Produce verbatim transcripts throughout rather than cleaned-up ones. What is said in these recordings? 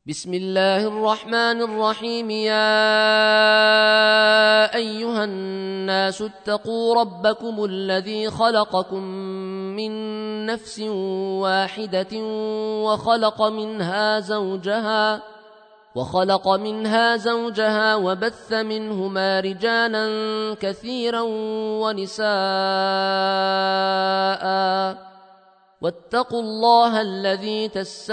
بسم الله الرحمن الرحيم. يا أيها الناس اتقوا ربكم الذي خلقكم من نفس واحدة وخلق منها زوجها وخلق منها زوجها وبث منهما رجالا كثيرا ونساء، واتقوا الله الذي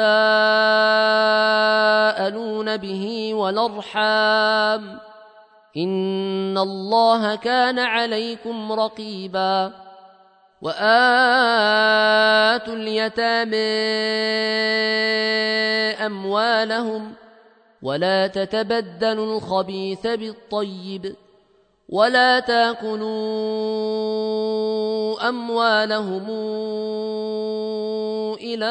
تساءلون به والأرحام، إن الله كان عليكم رقيبا. وآتوا اليتامى أموالهم ولا تتبدلوا الخبيث بالطيب، ولا تاكلوا أموالهم إلى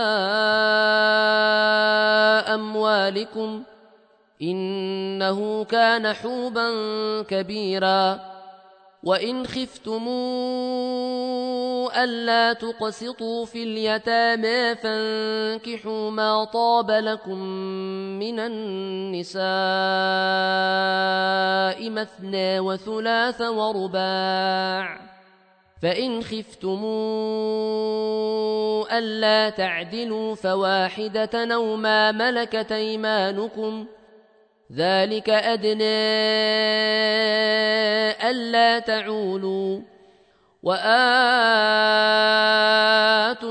أموالكم إنه كان حوبا كبيرا. وإن خفتموا ألا تقسطوا في اليتامى فانكحوا ما طاب لكم من النساء مثنى وثلاث ورباع، فإن خفتموا ألا تعدلوا فواحدة أو ما ملكت أيمانكم، ذلك أدنى ألا تعولوا. وآتوا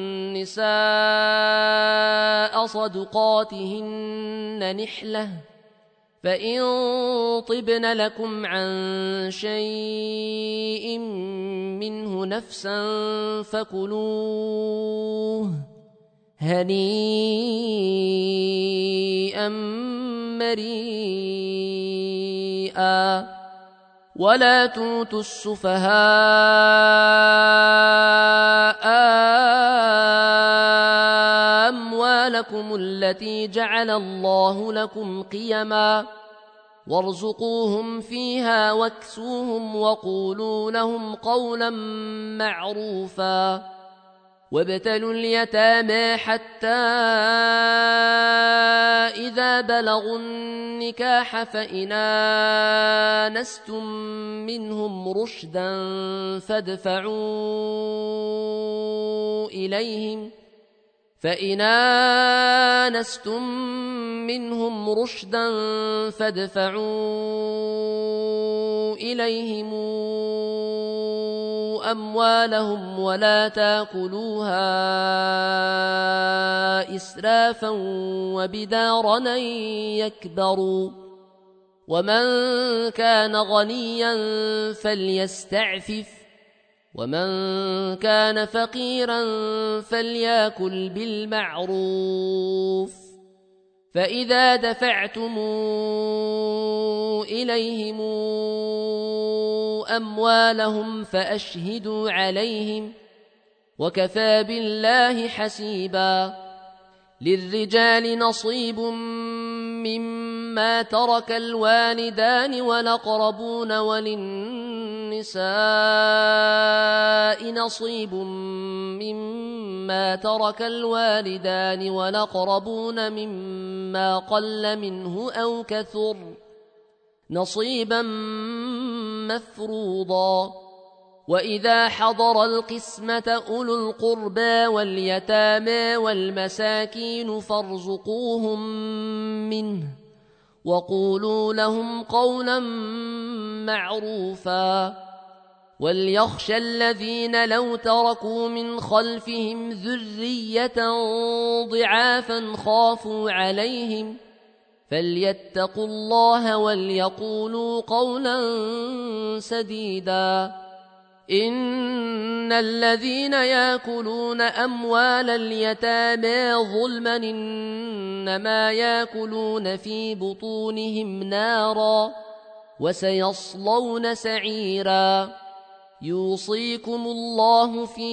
النساء صدقاتهن نحلة، فإن طبن لكم عن شيء منه نفسا فكلوه هنيئا مريئا. ولا توتوا السفهاء أموالكم التي جعل الله لكم قيما، وارزقوهم فيها واكسوهم وقولوا لهم قولا معروفا. وابتلوا اليتامى حتى إذا بلغوا النكاح فإن آنستم منهم رشدا فادفعوا إليهم فإن آنستم منهم رشدا فادفعوا إليهم أموالهم ولا تاكلوها إسرافا وبدارا أن يكبروا. ومن كان غنيا فليستعفف، ومن كان فقيرا فليأكل بالمعروف. فإذا دفعتم إليهم أموالهم فأشهدوا عليهم، وكفى بالله حسيبا. للرجال نصيب مما ترك الوالدان والأقربون، وللنساء نصيب مما ترك الوالدان والأقربون مما قل منه أو كثر نصيبا مفروضا. وإذا حضر القسمة أولو القربى واليتامى والمساكين فارزقوهم منه وقولوا لهم قولا معروفا. وليخشى الذين لو تركوا من خلفهم ذرية ضعافا خافوا عليهم فليتقوا الله وليقولوا قولا سديدا. إن الذين يأكلون أموال اليتامى ظلما إنما يأكلون في بطونهم نارا وسيصلون سعيرا. يوصيكم الله في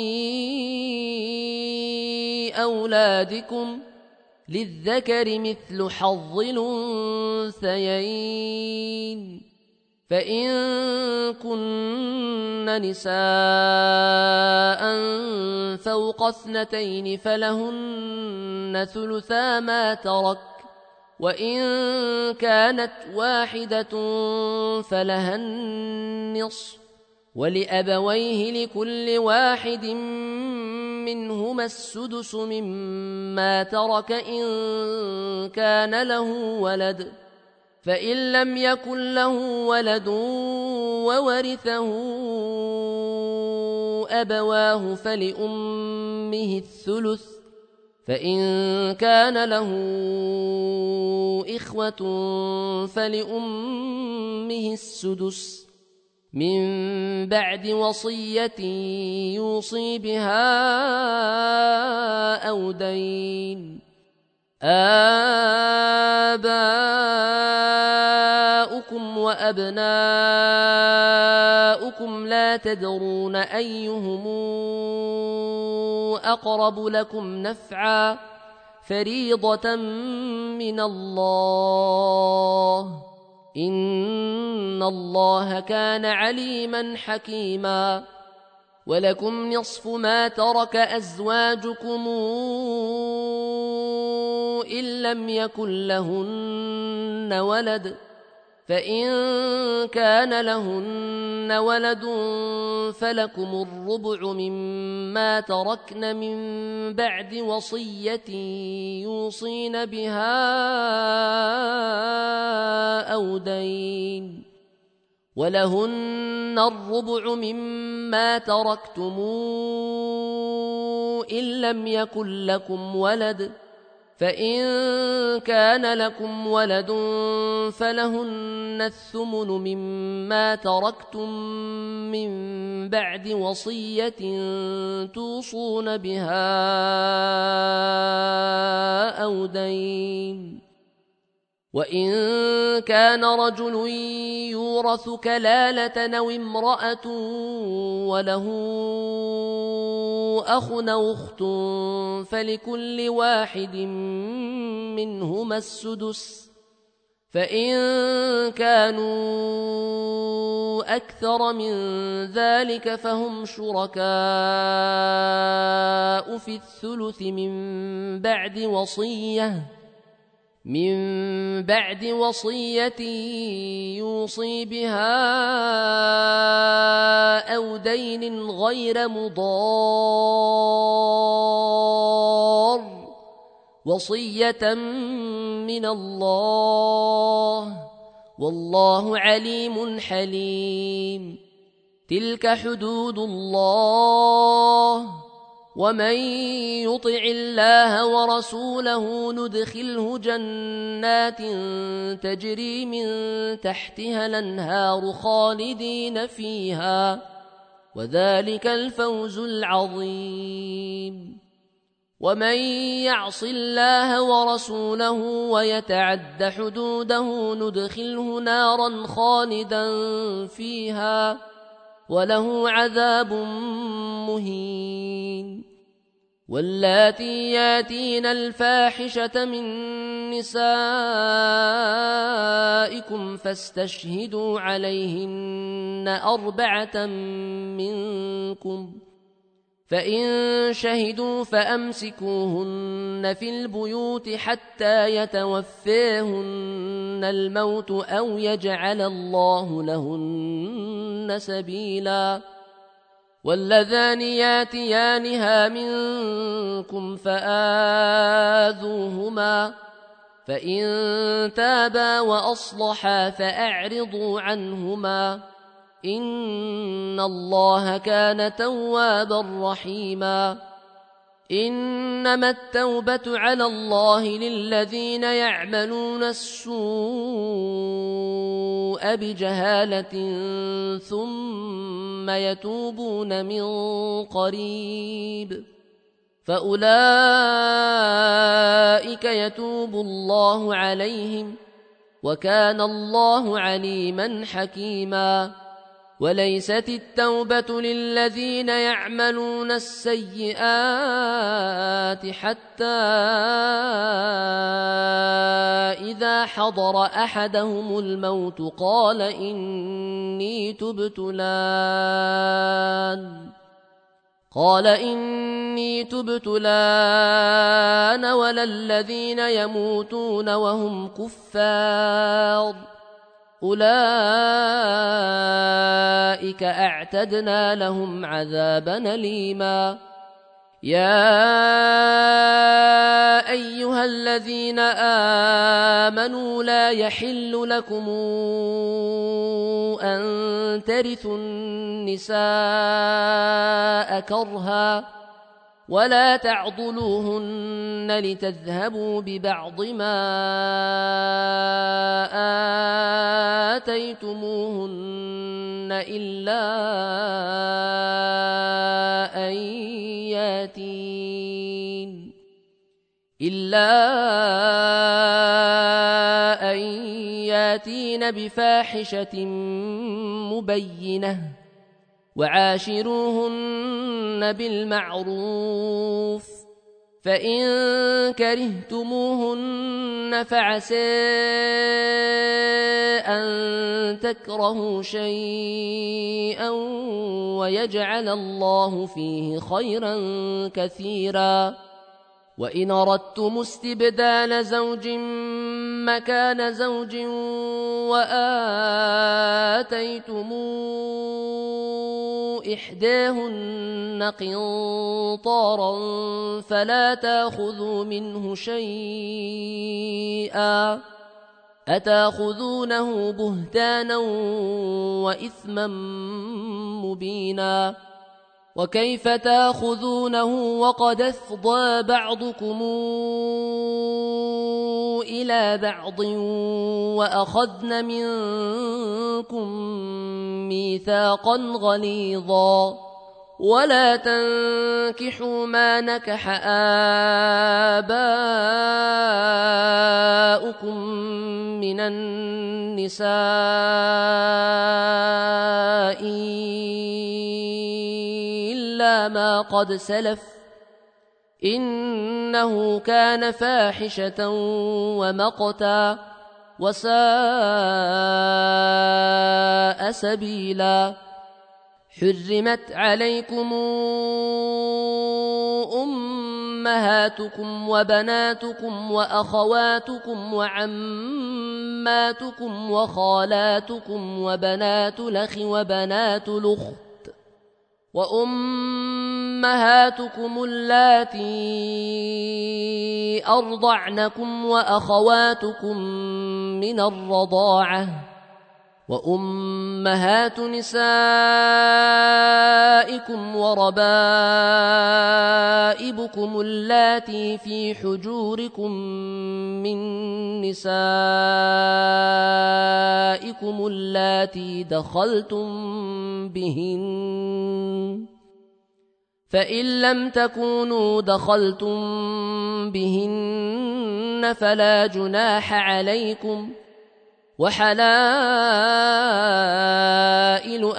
أولادكم للذكر مثل حظ الأنثيين، فإن كن نساء فوق اثنتين فلهن ثلثا ما ترك، وإن كانت واحدة فلها النصف ولأبويه لكل واحد منهما السدس مما ترك إن كان له ولد، فإن لم يكن له ولد وورثه أبواه فلأمه الثلث، فإن كان له إخوة فلأمه السدس من بعد وصية يوصي بها أو دين. آباؤكم وأبناؤكم لا تدرون أيهم أقرب لكم نفعا فريضة من الله، إن الله كان عليما حكيما. ولكم نصف ما ترك أزواجكم إن لم يكن لهن ولد، فإن كان لهن ولد فلكم الربع مما تركن من بعد وصية يوصين بها أو دين، ولهن الربع مما تركتم إن لم يكن لكم ولد، فإن كان لكم ولد فلهن الثمن مما تركتم من بعد وصية توصون بها أو دين. وإن كان رجل يورث كلالة أو امرأة وله أخ أو أخت فلكل واحد منهما السدس، فإن كانوا أكثر من ذلك فهم شركاء في الثلث من بعد وصية من بعد وصية يوصي بها أو دين غير مضار، وصية من الله، والله عليم حليم. تلك حدود الله، ومن يطع الله ورسوله ندخله جنات تجري من تحتها الأنهار خالدين فيها، وذلك الفوز العظيم. ومن يعص الله ورسوله ويتعد حدوده ندخله نارا خالدا فيها وله عذاب مهين. واللاتي ياتين الفاحشة من نسائكم فاستشهدوا عليهن أربعة منكم، فإن شهدوا فأمسكوهن في البيوت حتى يتوفاهن الموت أو يجعل الله لهن سبيلا. واللذان ياتيانها منكم فآذوهما، فإن تابا وأصلحا فأعرضوا عنهما، إن الله كان توابا رحيما. إنما التوبة على الله للذين يعملون السوء بجهالة ثم يتوبون من قريب فأولئك يتوب الله عليهم، وكان الله عليما حكيما. وليست التوبة للذين يعملون السيئات حتى إذا حضر أحدهم الموت قال إني تبت الآن قال إني تبت لا أنا ولا الذين يموتون وهم كفار أولئك أعتدنا لهم عذابا أليما يا أيها الذين آمنوا لا يحل لكم أن ترثوا النساء كرها ولا تعضلوهن لتذهبوا ببعض ما آتيتموهن إلا أن ياتين إلا أن ياتين بفاحشة مبينة وعاشروهن بالمعروف فإن كرهتموهن فعسى أن تكرهوا شيئا ويجعل الله فيه خيرا كثيرا وإن أردتم استبدال زوج مكان زوج وآتيتم إحداهن قنطارا فلا تأخذوا منه شيئا أتأخذونه بهتانا وإثما مبينا وكيف تأخذونه وقد أفضى بعضكم إلى بعض وأخذن منكم ميثاقا غليظا ولا تنكحوا ما نكح آباؤكم من النساء إلا ما قد سلف إنه كان فاحشة ومقتا وساء سبيلا حرمت عليكم أمهاتكم وبناتكم وأخواتكم وعماتكم وخالاتكم وبنات الأخ وبنات الأخت وأمهاتكم اللاتي أرضعنكم وأخواتكم من الرضاعة وأمهات نسائكم وربائبكم اللاتي في حجوركم من نسائكم اللاتي دخلتم بهن فإن لم تكونوا دخلتم بهن فلا جناح عليكم وحلائل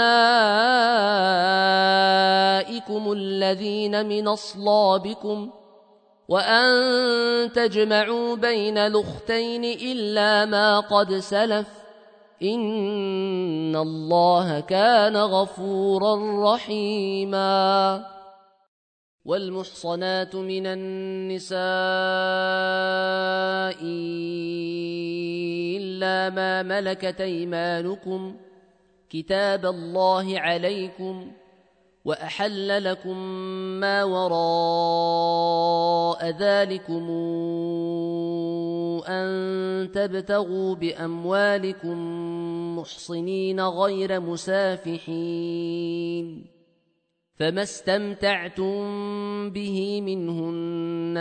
أبنائكم الذين من أصلابكم وأن تجمعوا بين الأختين إلا ما قد سلف إن الله كان غفورا رحيما والمحصنات من النساء إلا ما ملكت أيمانكم كتاب الله عليكم وأحل لكم ما وراء ذلكم أن تبتغوا بأموالكم محصنين غير مسافحين فما استمتعتم به منهن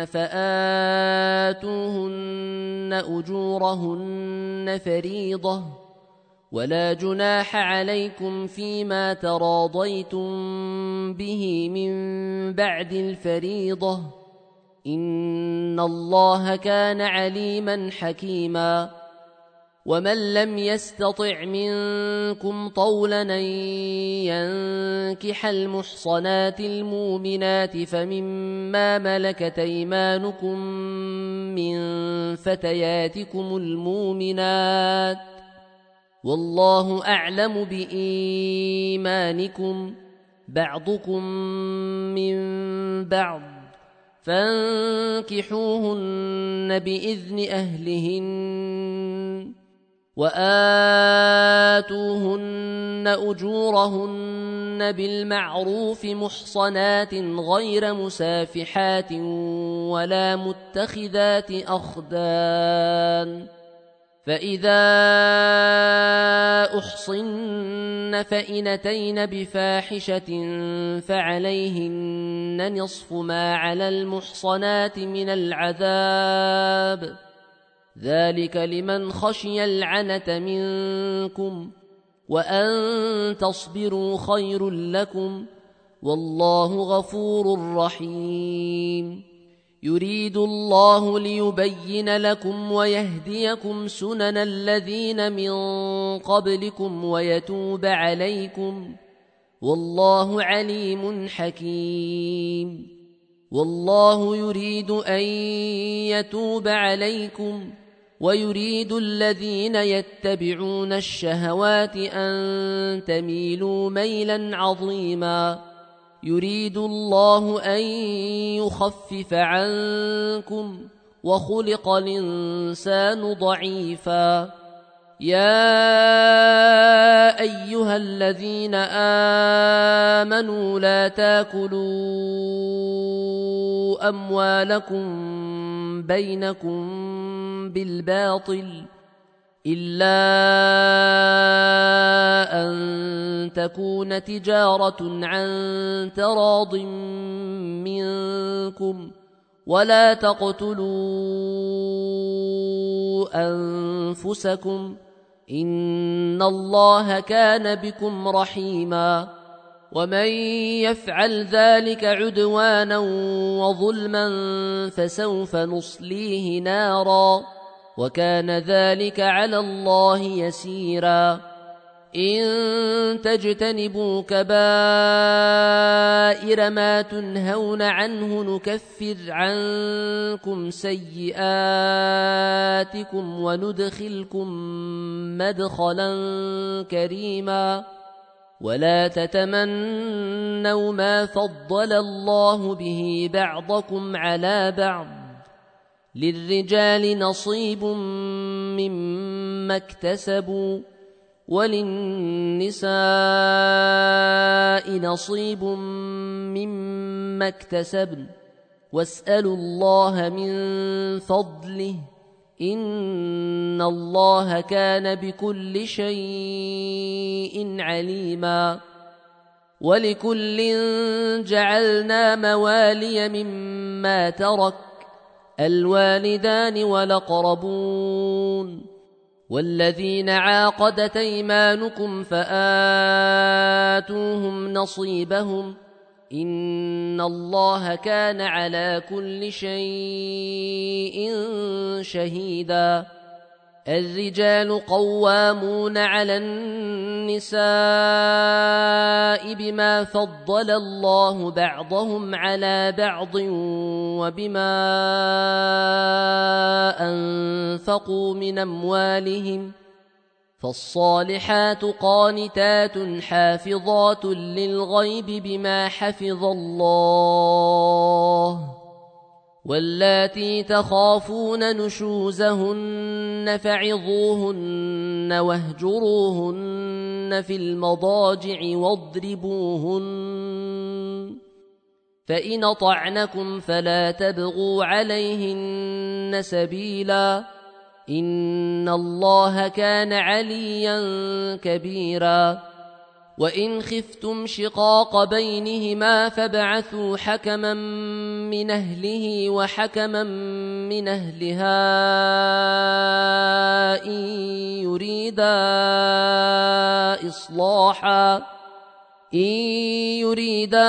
فآتوهن أجورهن فريضة ولا جناح عليكم فيما تراضيتم به من بعد الفريضة إن الله كان عليما حكيما ومن لم يستطع منكم طولا أن ينكح المحصنات المؤمنات فمما ملكت أيمانكم من فتياتكم المؤمنات والله أعلم بإيمانكم بعضكم من بعض فانكحوهن بإذن أهلهن وآتوهن أجورهن بالمعروف محصنات غير مسافحات ولا متخذات أخدان فإذا أحصن فإن أتين بفاحشة فعليهن نصف ما على المحصنات من العذاب ذلك لمن خشي العنة منكم وأن تصبروا خير لكم والله غفور رحيم يريد الله ليبين لكم ويهديكم سنن الذين من قبلكم ويتوب عليكم والله عليم حكيم والله يريد أن يتوب عليكم ويريد الذين يتبعون الشهوات أن تميلوا ميلا عظيما يريد الله أن يخفف عنكم وخلق الإنسان ضعيفا يا أيها الذين آمنوا لا تاكلوا أموالكم بينكم بالباطل إلا أن تكون تجارة عن تراض منكم ولا تقتلوا أنفسكم إن الله كان بكم رحيما ومن يفعل ذلك عدوانا وظلما فسوف نصليه نارا وكان ذلك على الله يسيرا إن تجتنبوا كبائر ما تنهون عنه نكفر عنكم سيئاتكم وندخلكم مدخلا كريما ولا تتمنوا ما فضل الله به بعضكم على بعض للرجال نصيب مما اكتسبوا وللنساء نصيب مما اكتسبن واسألوا الله من فضله إن الله كان بكل شيء عليما ولكل جعلنا موالي مما ترك الوالدان والأقربون والذين عاقدت أيمانكم فآتوهم نصيبهم إن الله كان على كل شيء شهيدا الرجال قوامون على النساء بما فضل الله بعضهم على بعض وبما أنفقوا من أموالهم فالصالحات قانتات حافظات للغيب بما حفظ الله واللاتي تخافون نشوزهن فعظوهن واهجروهن في المضاجع واضربوهن فإن أطعنكم فلا تبغوا عليهن سبيلا إن الله كان عليا كبيرا وإن خفتم شقاق بينهما فابعثوا حكما من أهله وحكما من أهلها إن يريدا إصلاحا إن يريدا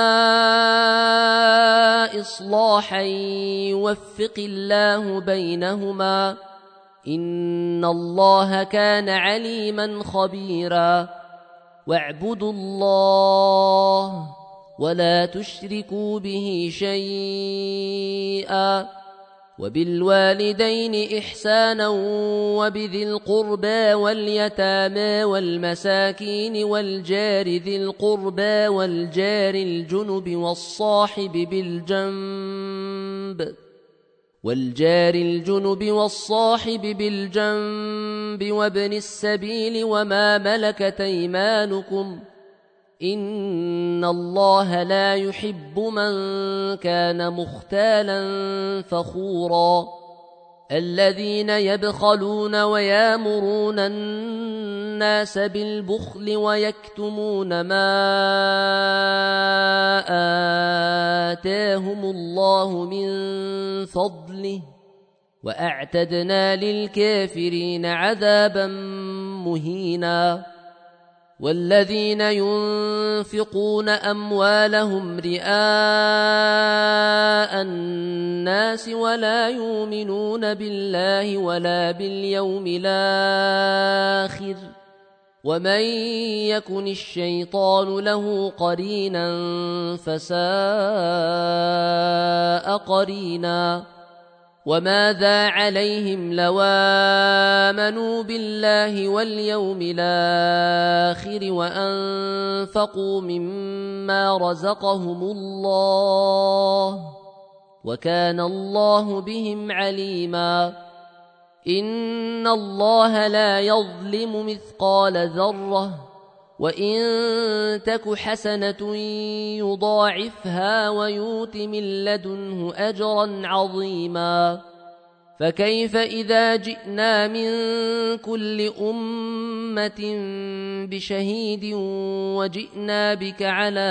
إصلاحا يوفق الله بينهما إن الله كان عليما خبيرا واعبدوا الله ولا تشركوا به شيئا وبالوالدين إحسانا وبذي القربى واليتامى والمساكين والجار ذي القربى والجار الجنب والصاحب بالجنب والجار الجنب والصاحب بالجنب وابن السبيل وما ملكت أيمانكم إن الله لا يحب من كان مختالا فخورا الذين يبخلون ويامرون الناس بالبخل ويكتمون ما آتاهم الله من فضله وأعتدنا للكافرين عذابا مهينا والذين ينفقون أموالهم رئاء الناس ولا يؤمنون بالله ولا باليوم الآخر ومن يكن الشيطان له قرينا فساء قرينا وماذا عليهم لو آمنوا بالله واليوم الآخر وأنفقوا مما رزقهم الله وكان الله بهم عليما إن الله لا يظلم مثقال ذرة وإن تك حسنة يضاعفها ويؤت من لدنه أجرا عظيما فكيف إذا جئنا من كل أمة بشهيد وجئنا بك على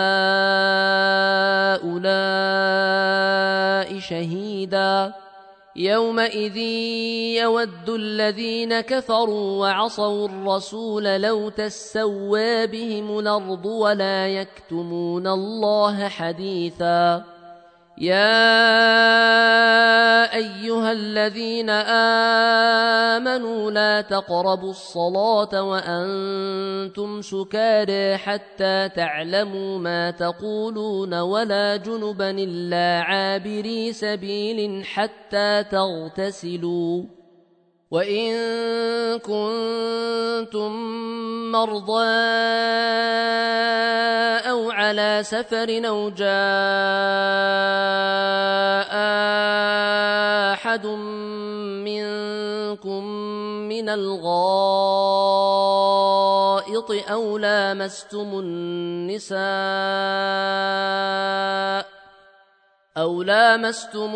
هؤلاء شهيدا يومئذ يود الذين كفروا وعصوا الرسول لو تسوى بهم الأرض ولا يكتمون الله حديثا يا أيها الذين آمنوا لا تقربوا الصلاة وأنتم سكارى حتى تعلموا ما تقولون ولا جنبا إلا عابري سبيل حتى تغتسلوا وإن كنتم مرضى أو على سفر أو جاء أحد منكم من الغائط أو لامستم النساء أو لامستم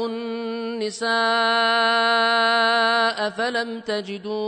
النساء فلم تجدوا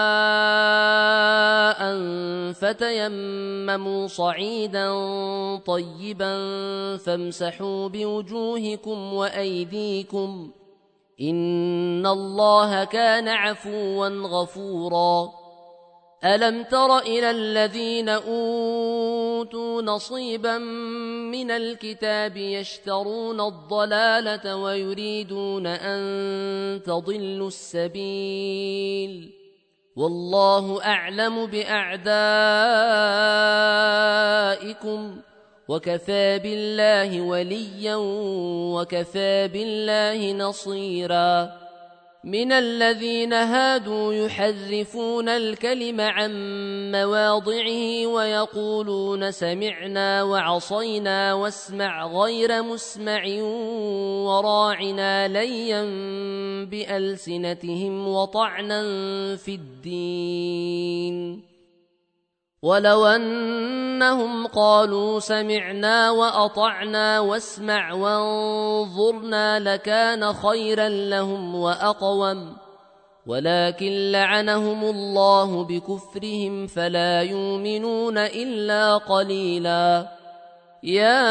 ماء فتيمموا صعيدا طيبا فامسحوا بوجوهكم وأيديكم إن الله كان عفوا غفورا ألم تر إلى الذين أوتوا نصيبا من الكتاب يشترون الضلالة ويريدون أن تضلوا السبيل والله أعلم بأعدائكم وكفى بالله وليا وكفى بالله نصيرا من الذين هادوا يحرفون الكلم عن مواضعه ويقولون سمعنا وعصينا واسمع غير مسمع وراعنا ليا بألسنتهم وطعنا في الدين ولو أنهم قالوا سمعنا وأطعنا واسمع وانظرنا لكان خيرا لهم وأقوم ولكن لعنهم الله بكفرهم فلا يؤمنون إلا قليلا يا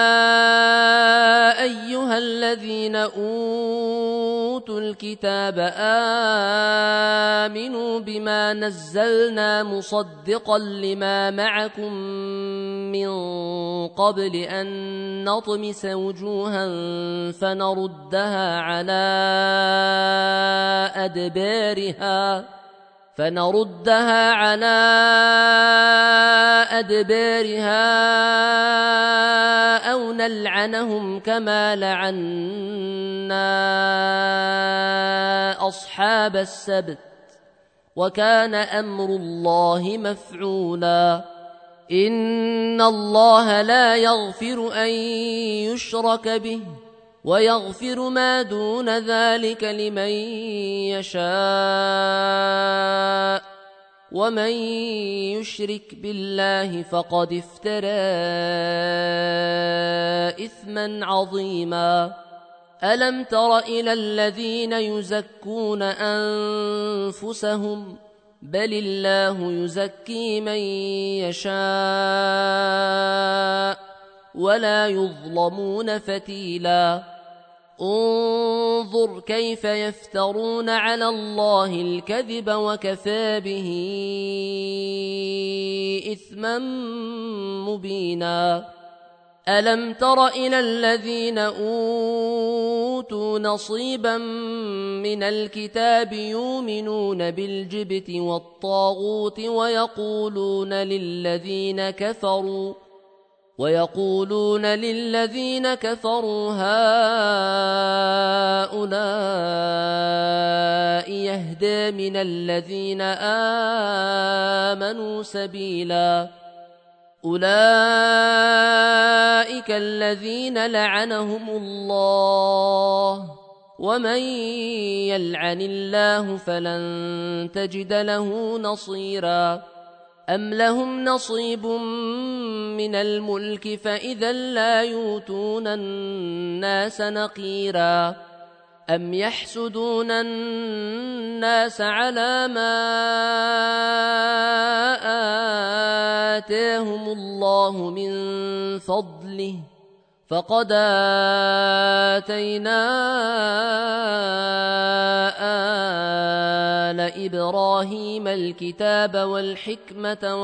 أيها الذين أوتوا الكتاب آمنوا بما نزلنا مصدقا لما معكم من قبل أن نطمس وجوها فنردها على أدبارها فنردها على أدبارها أو نلعنهم كما لعنا أصحاب السبت وكان أمر الله مفعولا إن الله لا يغفر أن يشرك به ويغفر ما دون ذلك لمن يشاء ومن يشرك بالله فقد افترى إثما عظيما ألم تر إلى الذين يزكون أنفسهم بل الله يزكي من يشاء ولا يظلمون فتيلا انظر كيف يفترون على الله الكذب وكفى به إثما مبينا ألم تر إلى الذين أوتوا نصيبا من الكتاب يؤمنون بالجبت والطاغوت ويقولون للذين كفروا ويقولون للذين كفروا هؤلاء يهدى من الذين آمنوا سبيلا أولئك الذين لعنهم الله ومن يلعن الله فلن تجد له نصيرا أم لهم نصيب من الملك فإذا لا يؤتون الناس نقيرا أم يحسدون الناس على ما آتاهم الله من فضله فقد آتينا آل إبراهيم الكتاب والحكمة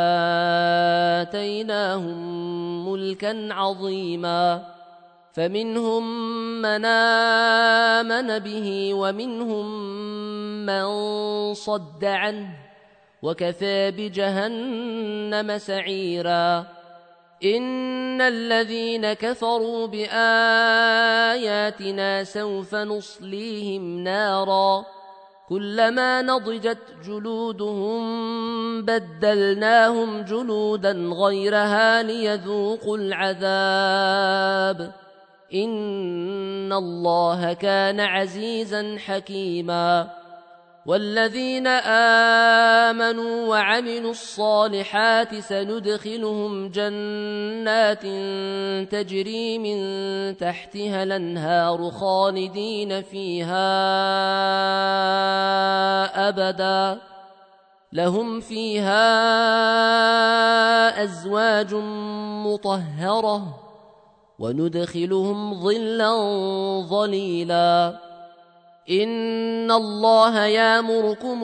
وآتيناهم ملكا عظيما فمنهم من آمن به ومنهم من صد عنه وكفى بجهنم سعيرا إن الذين كفروا بآياتنا سوف نصليهم نارا كلما نضجت جلودهم بدلناهم جلودا غيرها ليذوقوا العذاب إن الله كان عزيزا حكيما والذين آمنوا وعملوا الصالحات سندخلهم جنات تجري من تحتها الأنهار خالدين فيها أبدا لهم فيها أزواج مطهرة وندخلهم ظلا ظليلا إن الله يأمركم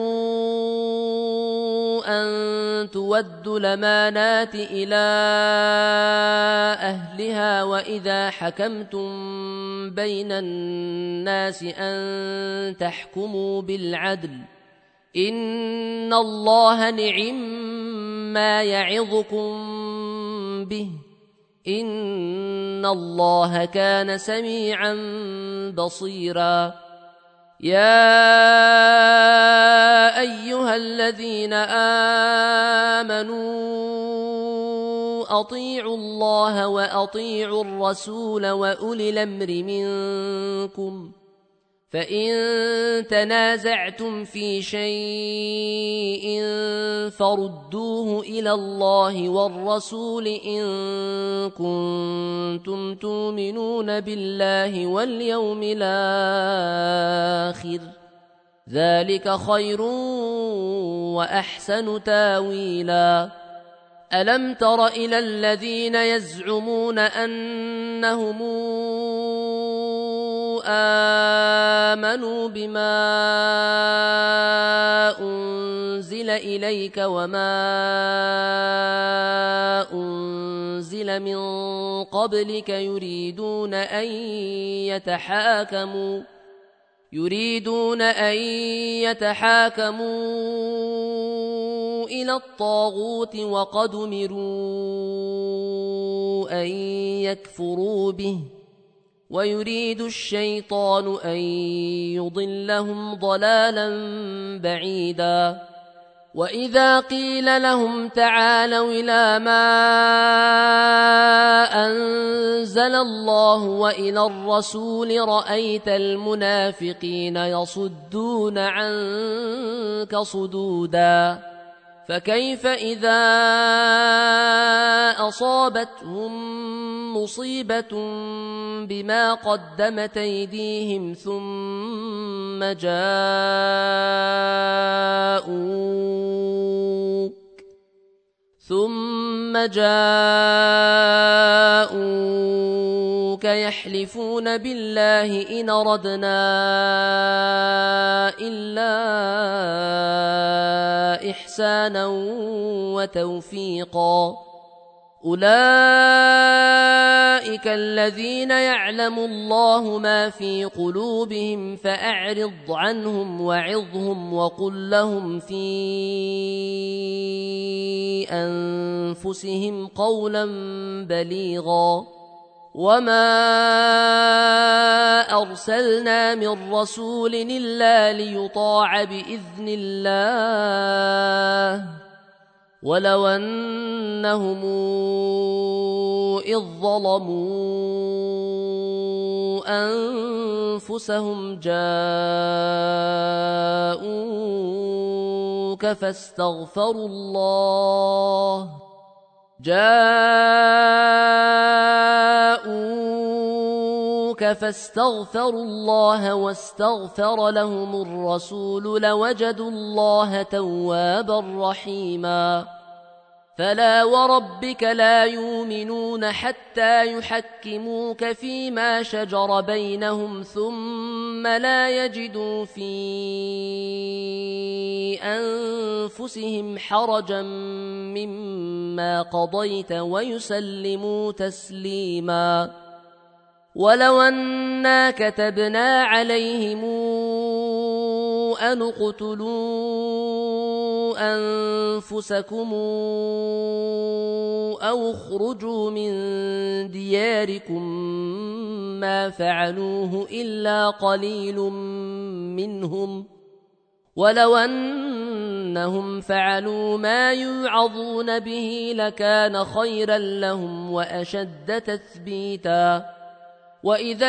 أن تودوا الأمانات إلى أهلها وإذا حكمتم بين الناس أن تحكموا بالعدل إن الله نعم ما يعظكم به إن الله كان سميعا بصيرا يا أيها الذين آمنوا أطيعوا الله وأطيعوا الرسول وأولي الأمر منكم فإن تنازعتم في شيء فردوه إلى الله والرسول إن كنتم تؤمنون بالله واليوم الآخر ذلك خير وأحسن تاويلا ألم تر إلى الذين يزعمون أنهم آمنوا بما أنزل إليك وما أنزل من قبلك يريدون أن يتحاكموا يريدون أن يتحاكموا إلى الطاغوت وقد أمروا أن يكفروا به ويريد الشيطان أن يضلهم ضلالا بعيدا وإذا قيل لهم تعالوا إلى ما أنزل الله وإلى الرسول رأيت المنافقين يصدون عنك صدودا فكيف إذا أصابتهم مصيبة بما قدمت أيديهم ثم جاءوك ثم جاءوك يحلفون بالله إن أردنا إلا إحسانا وتوفيقا أولئك الذين يعلم الله ما في قلوبهم فأعرض عنهم وعظهم وقل لهم في أنفسهم قولا بليغا وما أرسلنا من رسول إلا ليطاع بإذن الله ولو أنهم إذ ظلموا أنفسهم جاءوك فاستغفروا الله جاءوك فاستغفروا الله واستغفر لهم الرسول لوجدوا الله توابا رحيما فلا وربك لا يؤمنون حتى يحكموك فيما شجر بينهم ثم لا يجدوا في أنفسهم حرجا مما قضيت ويسلموا تسليما ولو أنا كتبنا عليهم أن اقتلوا أنفسكم أو اخرجوا من دياركم ما فعلوه إلا قليل منهم ولو أنهم فعلوا ما يوعظون به لكان خيرا لهم وأشد تثبيتا وإذا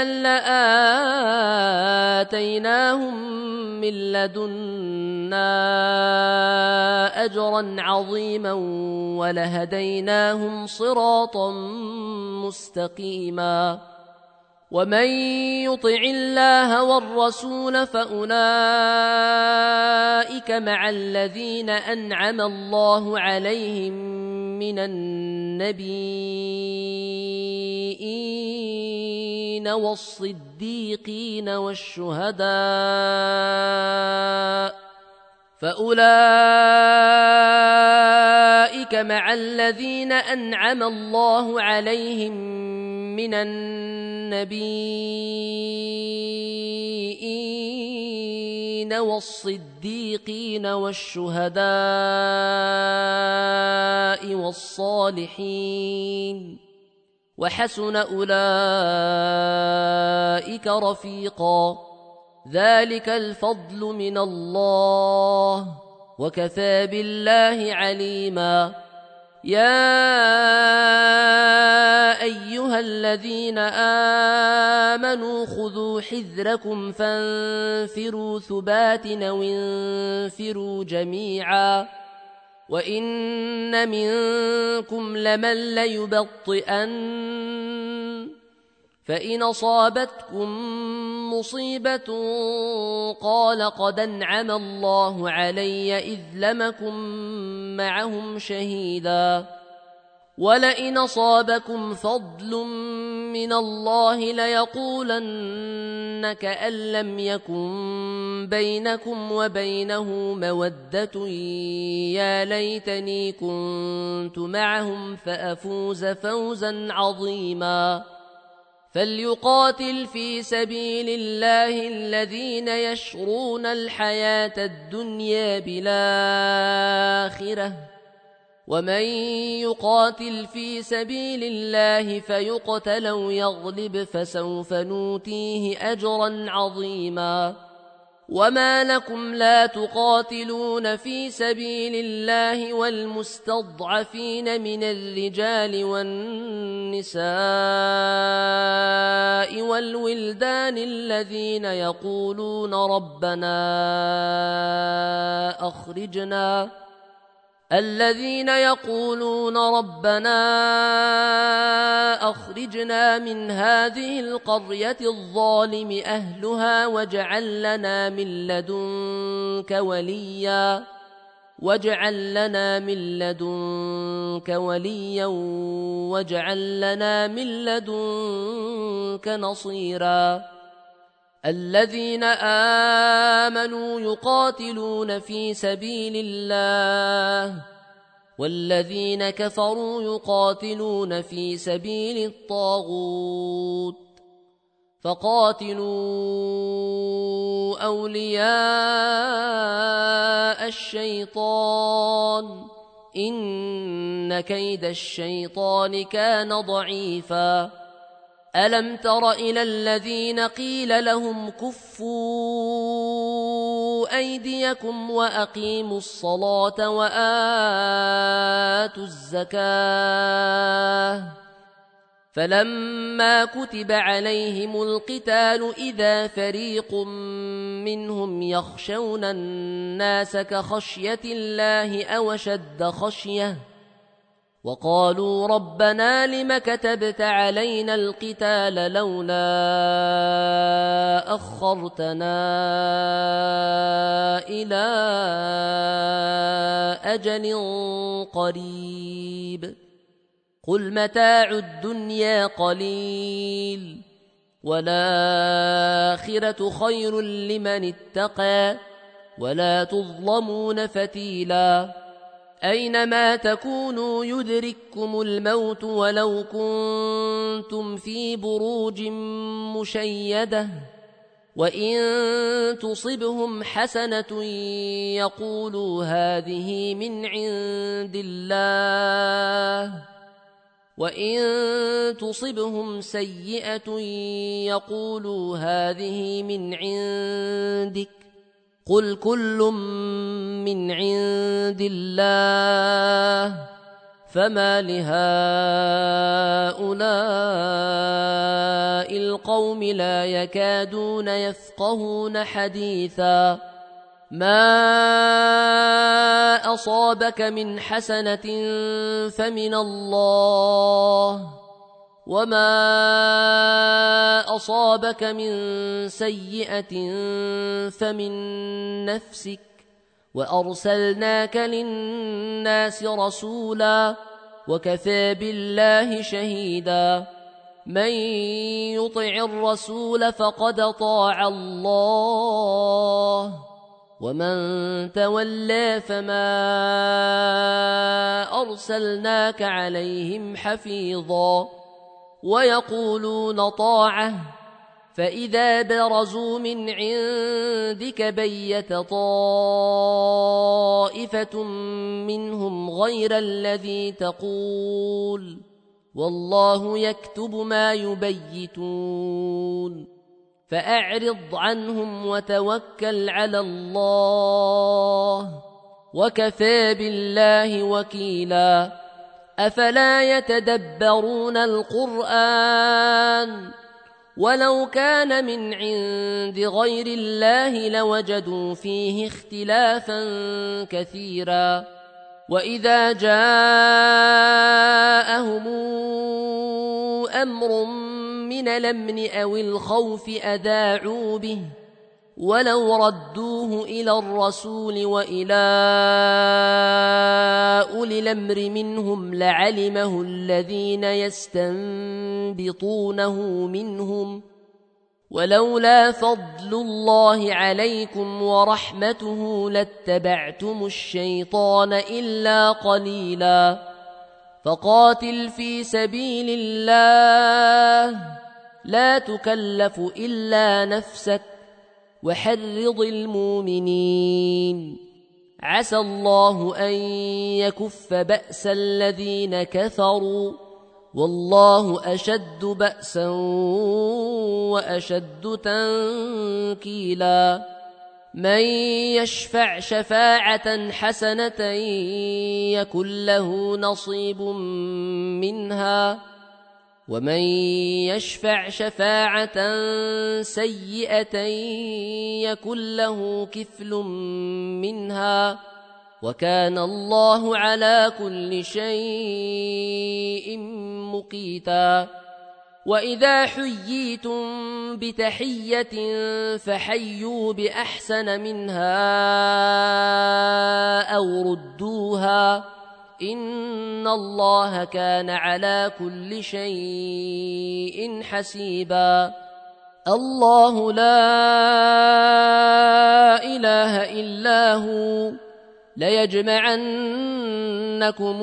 لآتيناهم من لدنا أجرا عظيما ولهديناهم صراطا مستقيما ومن يطع الله والرسول فأولئك مع الذين أنعم الله عليهم من النبيين والصديقين والشهداء فأولئك مع الذين أنعم الله عليهم من النبيين والصديقين والشهداء والصالحين وحسن أولئك رفيقا ذلك الفضل من الله وكفى بالله عليما يا أيها الذين آمنوا خذوا حذركم فانفروا ثبات أو انفروا جميعا وإن منكم لمن ليبطئن فإن أصابتكم مصيبة قال قد أنعم الله علي إذ لم أكن معهم شهيدا ولئن أصابكم فضل من الله ليقولن كأن لم يكن بينكم وبينه مودة يا ليتني كنت معهم فأفوز فوزا عظيما فليقاتل في سبيل الله الذين يشرون الحياة الدنيا بالآخرة ومن يقاتل في سبيل الله فيقتل أو يغلب فسوف نؤتيه أجرا عظيما وما لكم لا تقاتلون في سبيل الله والمستضعفين من الرجال والنساء والولدان الذين يقولون ربنا أخرجنا الذين يقولون ربنا أخرجنا من هذه القرية الظالم أهلها واجعل لنا من لدنك وليا واجعل لنا من لدنك وليا واجعل لنا من لدنك نصيرا الذين آمنوا يقاتلون في سبيل الله والذين كفروا يقاتلون في سبيل الطاغوت فقاتلوا أولياء الشيطان إن كيد الشيطان كان ضعيفا ألم تر إلى الذين قيل لهم كفوا أيديكم وأقيموا الصلاة وآتوا الزكاة فلما كتب عليهم القتال إذا فريق منهم يخشون الناس كخشية الله أو أشد خشية وقالوا ربنا لم كتبت علينا القتال لولا أخرتنا إلى أجل قريب قل متاع الدنيا قليل والآخرة خير لمن اتقى ولا تظلمون فتيلا أينما تكونوا يدرككم الموت ولو كنتم في بروج مشيدة وإن تصبهم حسنة يقولوا هذه من عند الله وإن تصبهم سيئة يقولوا هذه من عندك قل كل من عند الله فما لهؤلاء القوم لا يكادون يفقهون حديثا ما أصابك من حسنة فمن الله وما أصابك من سيئة فمن نفسك وأرسلناك للناس رسولا وكفى بالله شهيدا من يطع الرسول فقد طاع الله ومن تولى فما أرسلناك عليهم حفيظا ويقولون طاعة فإذا برزوا من عندك بيت طائفة منهم غير الذي تقول والله يكتب ما يبيتون فأعرض عنهم وتوكل على الله وكفى بالله وكيلا أفلا يتدبرون القرآن ولو كان من عند غير الله لوجدوا فيه اختلافا كثيرا وإذا جاءهم أمر من الأمن أو الخوف أذاعوا به ولو ردوه إلى الرسول وإلى أولي الأمر منهم لعلمه الذين يستنبطونه منهم ولولا فضل الله عليكم ورحمته لاتبعتم الشيطان إلا قليلا فقاتل في سبيل الله لا تكلف إلا نفسك وحرض المؤمنين عسى الله أن يكف بأس الذين كفروا والله أشد بأسا وأشد تنكيلا من يشفع شفاعة حسنة يكن له نصيب منها ومن يشفع شفاعة سيئة يكن له كفل منها وكان الله على كل شيء مقيتا وإذا حييتم بتحية فحيوا بأحسن منها أو ردوها إن الله كان على كل شيء حسيبا الله لا إله إلا هو ليجمعنكم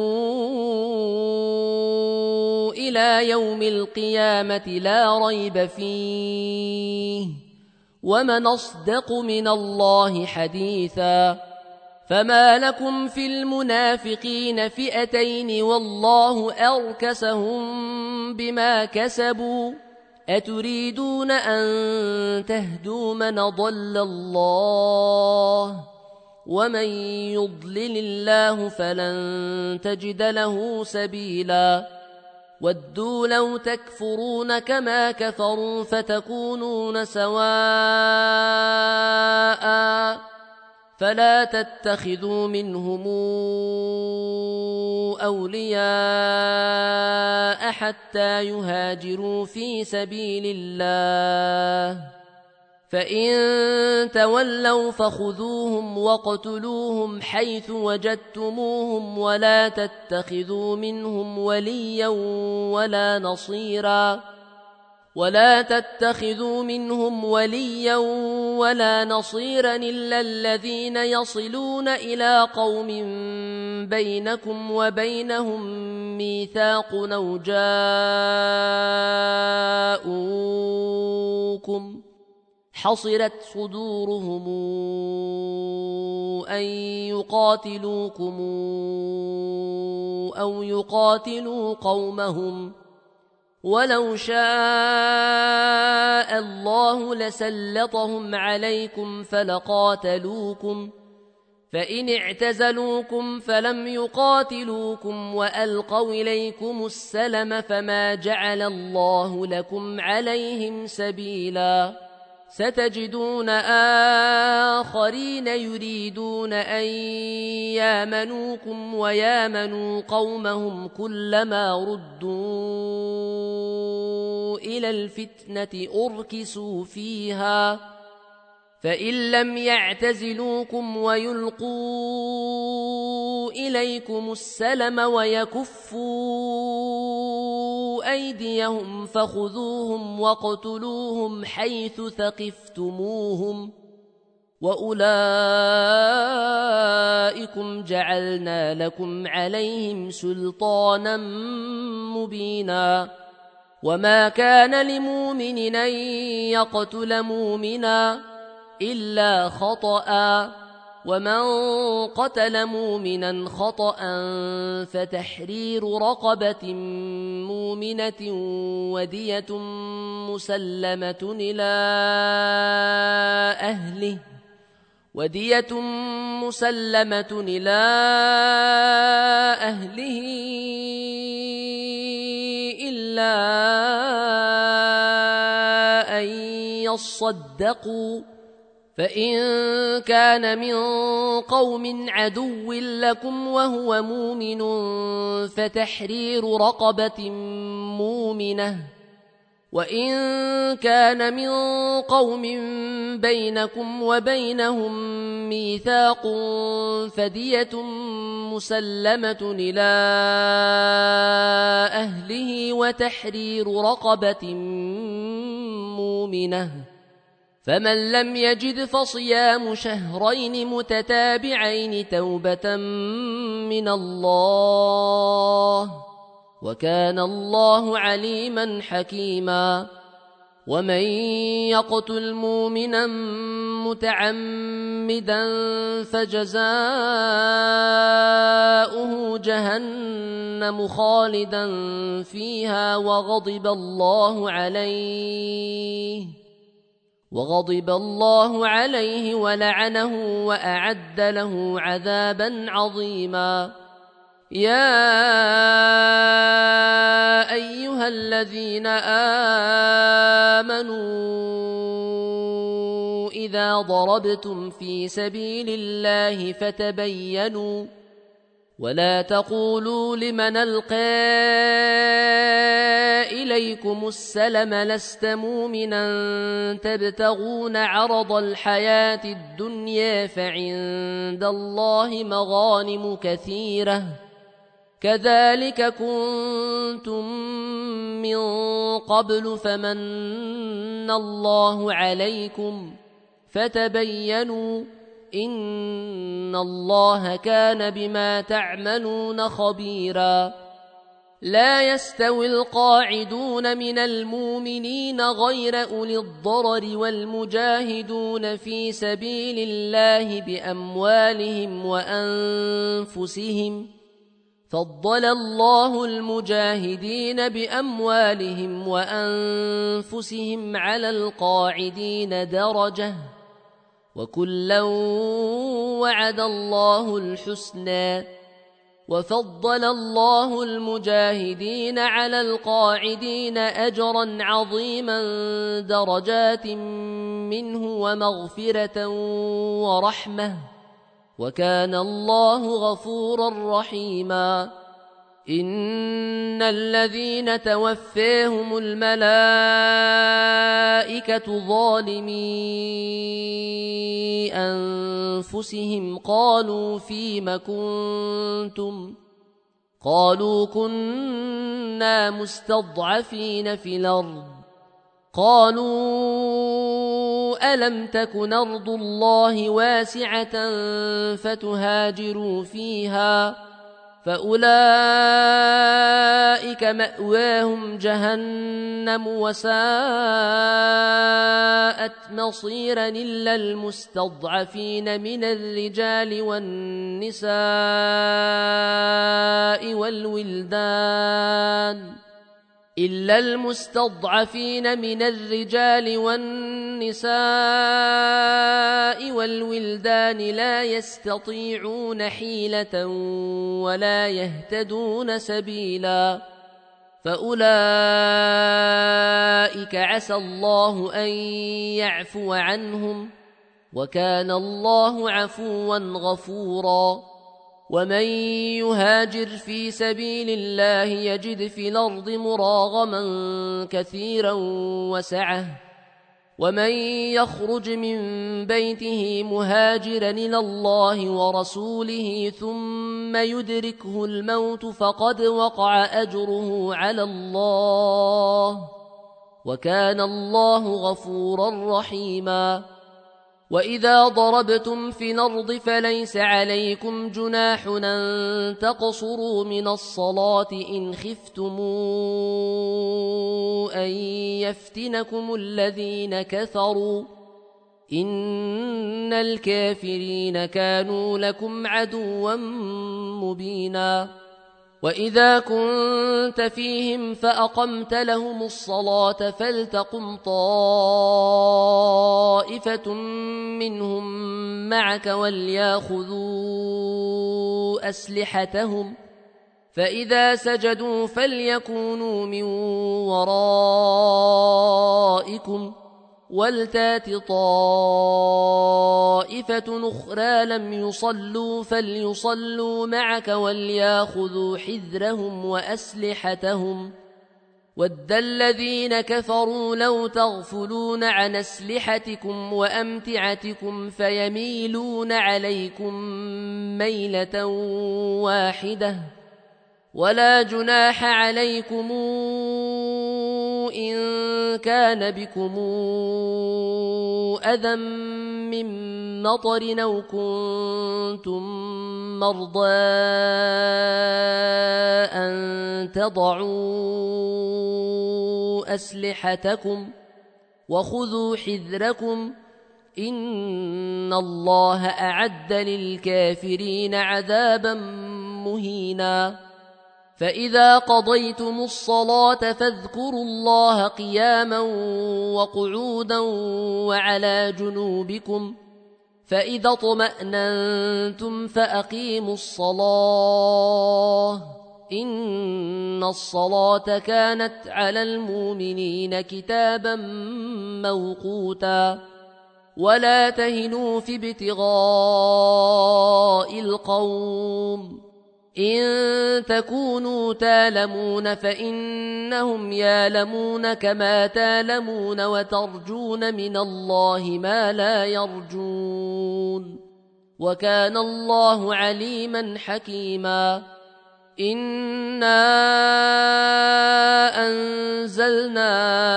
إلى يوم القيامة لا ريب فيه ومن أصدق من الله حديثا فما لكم في المنافقين فئتين والله أركسهم بما كسبوا أتريدون أن تهدوا من ضل الله ومن يضلل الله فلن تجد له سبيلا ودوا لو تكفرون كما كفروا فتكونون سواء فلا تتخذوا منهم أولياء حتى يهاجروا في سبيل الله فإن تولوا فخذوهم واقتلوهم حيث وجدتموهم ولا تتخذوا منهم وليا ولا نصيرا ولا تتخذوا منهم وليا ولا نصيرا إلا الذين يصلون إلى قوم بينكم وبينهم ميثاق أو جاءوكم حصرت صدورهم أن يقاتلوكم أو يقاتلوا قومهم ولو شاء الله لسلطهم عليكم فلقاتلوكم فإن اعتزلوكم فلم يقاتلوكم وألقوا إليكم السلم فما جعل الله لكم عليهم سبيلا ستجدون آخرين يريدون أن يامنوكم ويامنوا قومهم كلما ردوا إلى الفتنة أركسوا فيها فإن لم يعتزلوكم ويلقوا إليكم السلم ويكفوا أيديهم فخذوهم واقتلوهم حيث ثقفتموهم وأولئكم جعلنا لكم عليهم سلطانا مبينا وما كان لمؤمن أن يقتل مؤمنا إلا خطأ ومن قتل مؤمنا خطأ فتحرير رقبة مؤمنة ودية مسلمة إلى أهله ودية مسلمة إلى أهله إلا أن يصدقوا فإن كان من قوم عدو لكم وهو مؤمن فتحرير رقبة مؤمنة وإن كان من قوم بينكم وبينهم ميثاق فدية مسلمة إلى أهله وتحرير رقبة مؤمنة فمن لم يجد فصيام شهرين متتابعين توبة من الله وكان الله عليما حكيما ومن يقتل مؤمنا متعمدا فجزاؤه جهنم خالدا فيها وغضب الله عليه وغضب الله عليه ولعنه وأعد له عذابا عظيما. يا أيها الذين آمنوا إذا ضربتم في سبيل الله فتبينوا ولا تقولوا لمن ألقى إليكم السلم لست مؤمنا تبتغون عرض الحياة الدنيا فعند الله مغانم كثيرة كذلك كنتم من قبل فمن الله عليكم فتبينوا إن الله كان بما تعملون خبيرا. لا يستوي القاعدون من المؤمنين غير أولي الضرر والمجاهدون في سبيل الله بأموالهم وأنفسهم فضل الله المجاهدين بأموالهم وأنفسهم على القاعدين درجة وكلا وعد الله الحسنى وفضل الله المجاهدين على القاعدين أجرا عظيما درجات منه ومغفرة ورحمة وكان الله غفورا رحيما. إن الذين توفاهم الملائكة ظالمي أنفسهم قالوا فيم كنتم قالوا كنا مستضعفين في الأرض قالوا ألم تكن أرض الله واسعة فتهاجروا فيها فأولئك مأواهم جهنم وساءت مصيرا إلا المستضعفين من الرجال والنساء والولدان إلا المستضعفين من الرجال والنساء والولدان لا يستطيعون حيلة ولا يهتدون سبيلا فأولئك عسى الله أن يعفو عنهم وكان الله عفوا غفورا. ومن يهاجر في سبيل الله يجد في الأرض مراغما كثيرا وسعة ومن يخرج من بيته مهاجرا إلى الله ورسوله ثم يدركه الموت فقد وقع أجره على الله وكان الله غفورا رحيما. وإذا ضربتم في الأرض فليس عليكم جناح أن تقصروا من الصلاة إن خفتم أن يفتنكم الذين كفروا إن الكافرين كانوا لكم عدوا مبينا. وإذا كنت فيهم فأقمت لهم الصلاة فلتقم طائفة منهم معك وليأخذوا أسلحتهم فإذا سجدوا فليكونوا من ورائكم ولتات طائفة أخرى لم يصلوا فليصلوا معك وليأخذوا حذرهم وأسلحتهم ود الذين كفروا لو تغفلون عن أسلحتكم وأمتعتكم فيميلون عليكم ميلة واحدة ولا جناح عليكم إن كان بكم أذى من مطر أو كنتم مرضى أن تضعوا أسلحتكم وخذوا حذركم إن الله أعد للكافرين عذابا مهينا فإذا قضيتم الصلاة فاذكروا الله قياما وقعودا وعلى جنوبكم فإذا اطمأننتم فأقيموا الصلاة إن الصلاة كانت على المؤمنين كتابا موقوتا ولا تهنوا في ابتغاء القوم إن تكونوا تالمون فإنهم يالمون كما تالمون وترجون من الله ما لا يرجون وكان الله عليما حكيما إنا أنزلنا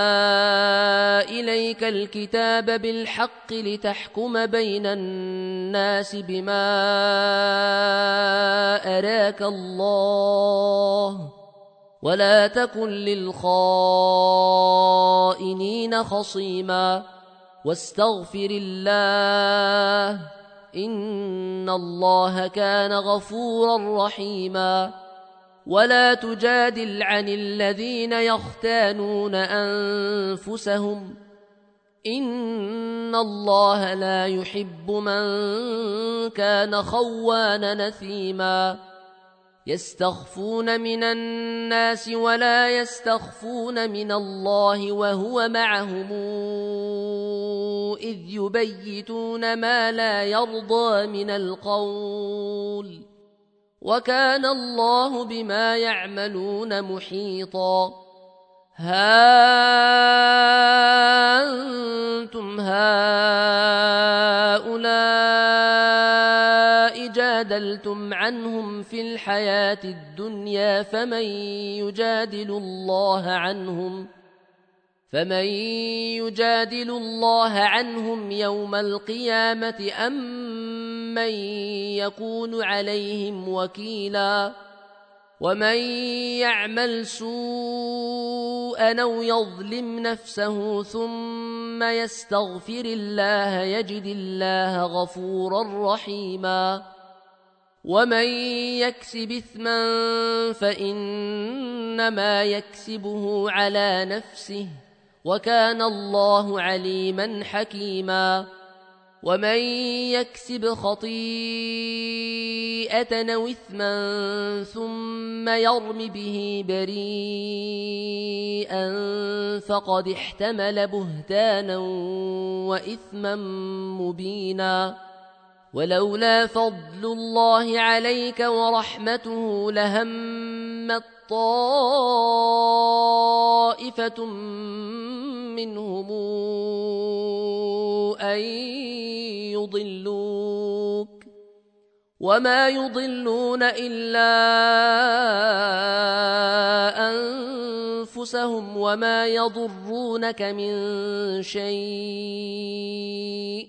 إليك الكتاب بالحق لتحكم بين الناس بما أراك الله ولا تكن للخائنين خصيما واستغفر الله إن الله كان غفورا رحيما ولا تجادل عن الذين يختانون أنفسهم إن الله لا يحب من كان خوانا نثيما يستخفون من الناس ولا يستخفون من الله وهو معهم إذ يبيتون ما لا يرضى من القول وكان الله بما يعملون محيطا ها أنتم هؤلاء جادلتم عنهم في الحياة الدنيا فمن يجادل الله عنهم فمن يجادل الله عنهم يوم القيامة أم من يكون عليهم وكيلا ومن يعمل سوءا أو يظلم نفسه ثم يستغفر الله يجد الله غفورا رحيما ومن يكسب إثما فإنما يكسبه على نفسه وكان الله عليما حكيما ومن يكسب خطيئة أو إثما ثم يرم به بريئا فقد احتمل بهتانا وإثما مبينا ولولا فضل الله عليك ورحمته لهمت طائفة منهم أن يضلوك وما يضلون إلا أنفسهم وما يضرونك من شيء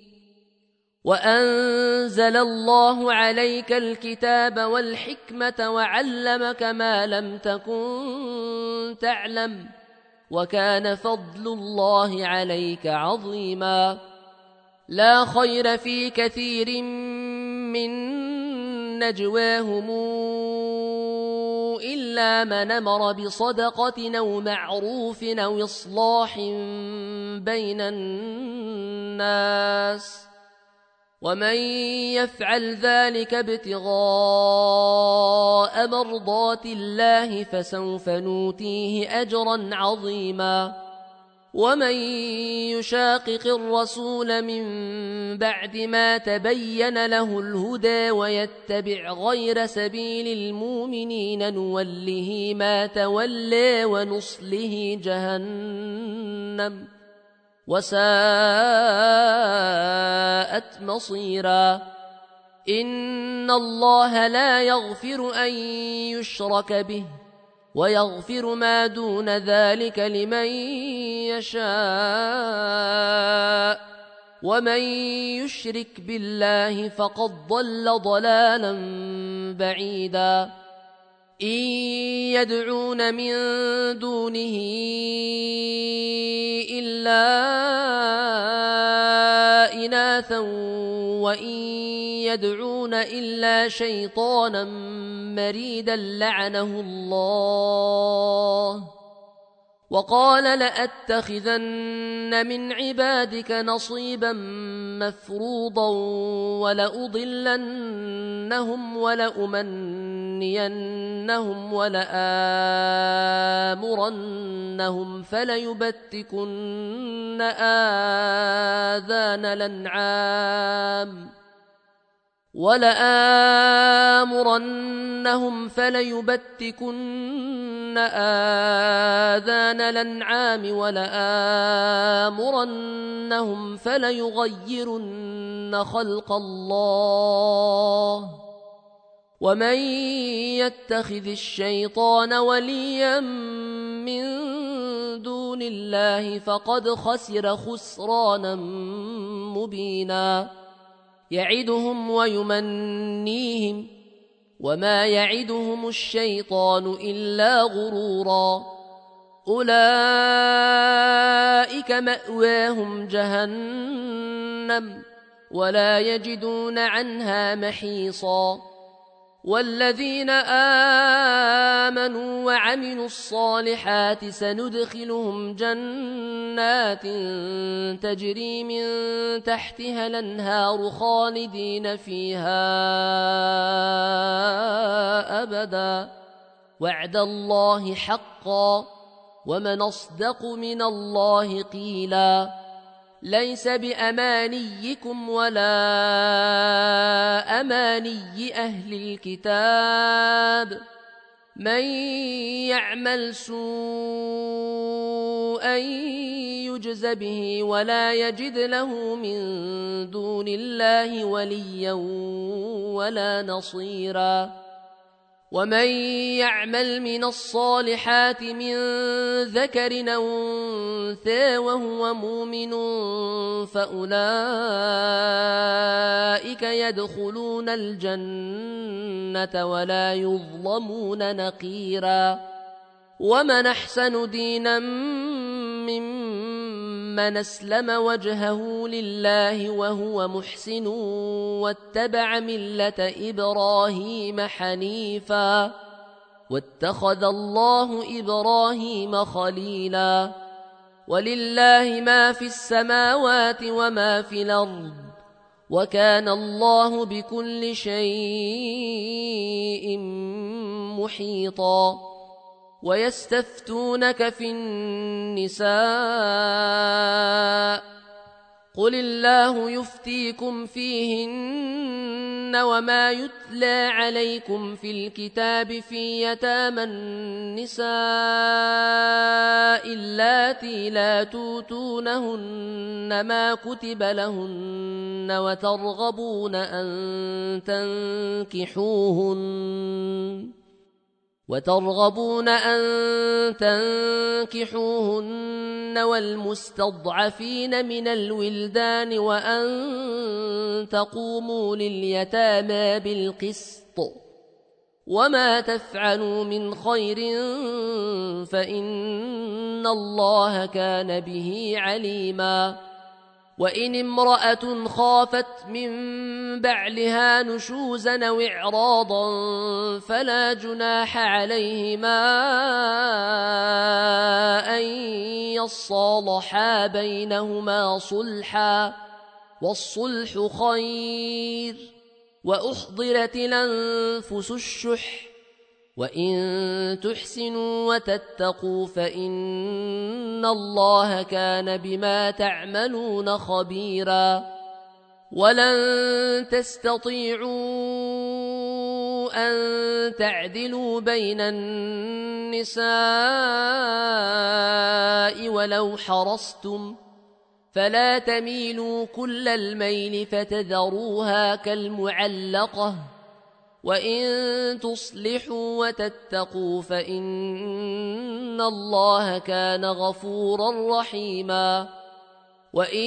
وأنزل الله عليك الكتاب والحكمة وعلمك ما لم تكن تعلم وكان فضل الله عليك عظيما لا خير في كثير من نجواهم إلا من أمر بصدقة أو معروف أو إصلاح بين الناس ومن يفعل ذلك ابتغاء مرضات الله فسوف نوتيه أجرا عظيما ومن يشاقق الرسول من بعد ما تبين له الهدى ويتبع غير سبيل المؤمنين نوله ما تولى ونصله جهنم وساءت مصيرا إن الله لا يغفر أن يشرك به ويغفر ما دون ذلك لمن يشاء ومن يشرك بالله فقد ضل ضلالا بعيدا إن يدعون من دونه إلا إناثا وإن يدعون إلا شيطانا مريدا لعنه الله وقال لأتخذن من عبادك نصيبا مفروضا ولأضلنهم ولأمنينهم ولآمرنهم فليبتكن آذان الأنعام ولآمرنهم فليبتكن آذان الأنعام ولآمرنهم فليغيرن خلق الله ومن يتخذ الشيطان وليا من دون الله فقد خسر خسرانا مبينا يعدهم ويمنيهم وما يعدهم الشيطان إلا غرورا أولئك مأواهم جهنم ولا يجدون عنها محيصا والذين آمنوا وعملوا الصالحات سندخلهم جنات تجري من تحتها الأنهار خالدين فيها أبدا وعد الله حقا ومن أصدق من الله قيلا ليس بأمانيكم ولا أماني أهل الكتاب من يعمل سوءا يجز به ولا يجد له من دون الله وليا ولا نصيرا ومن يعمل من الصالحات من ذكر أو أنثى وهو مؤمن فأولئك يدخلون الجنة ولا يظلمون نقيرا ومن أحسن دينا ممن أسلم وجهه لله وهو محسن واتبع ملة إبراهيم حنيفا واتخذ الله إبراهيم خليلا ولله ما في السماوات وما في الأرض وكان الله بكل شيء محيطا ويستفتونك في النساء قل الله يفتيكم فيهن وما يتلى عليكم في الكتاب في يتامى النساء اللاتي لا توتونهن ما كتب لهن وترغبون أن تنكحوهن وترغبون أن تنكحوهن والمستضعفين من الولدان وأن تقوموا لليتامى بالقسط وما تفعلوا من خير فإن الله كان به عليما وإن امرأة خافت من بعلها نشوزا أو إعراضا فلا جناح عليهما أن يصالحا بينهما صلحا والصلح خير وأحضرت الأنفس الشح وإن تحسنوا وتتقوا فإن الله كان بما تعملون خبيرا ولن تستطيعوا أن تعدلوا بين النساء ولو حرصتم فلا تميلوا كل الميل فتذروها كالمعلقة وإن تصلحوا وتتقوا فإن الله كان غفورا رحيما وإن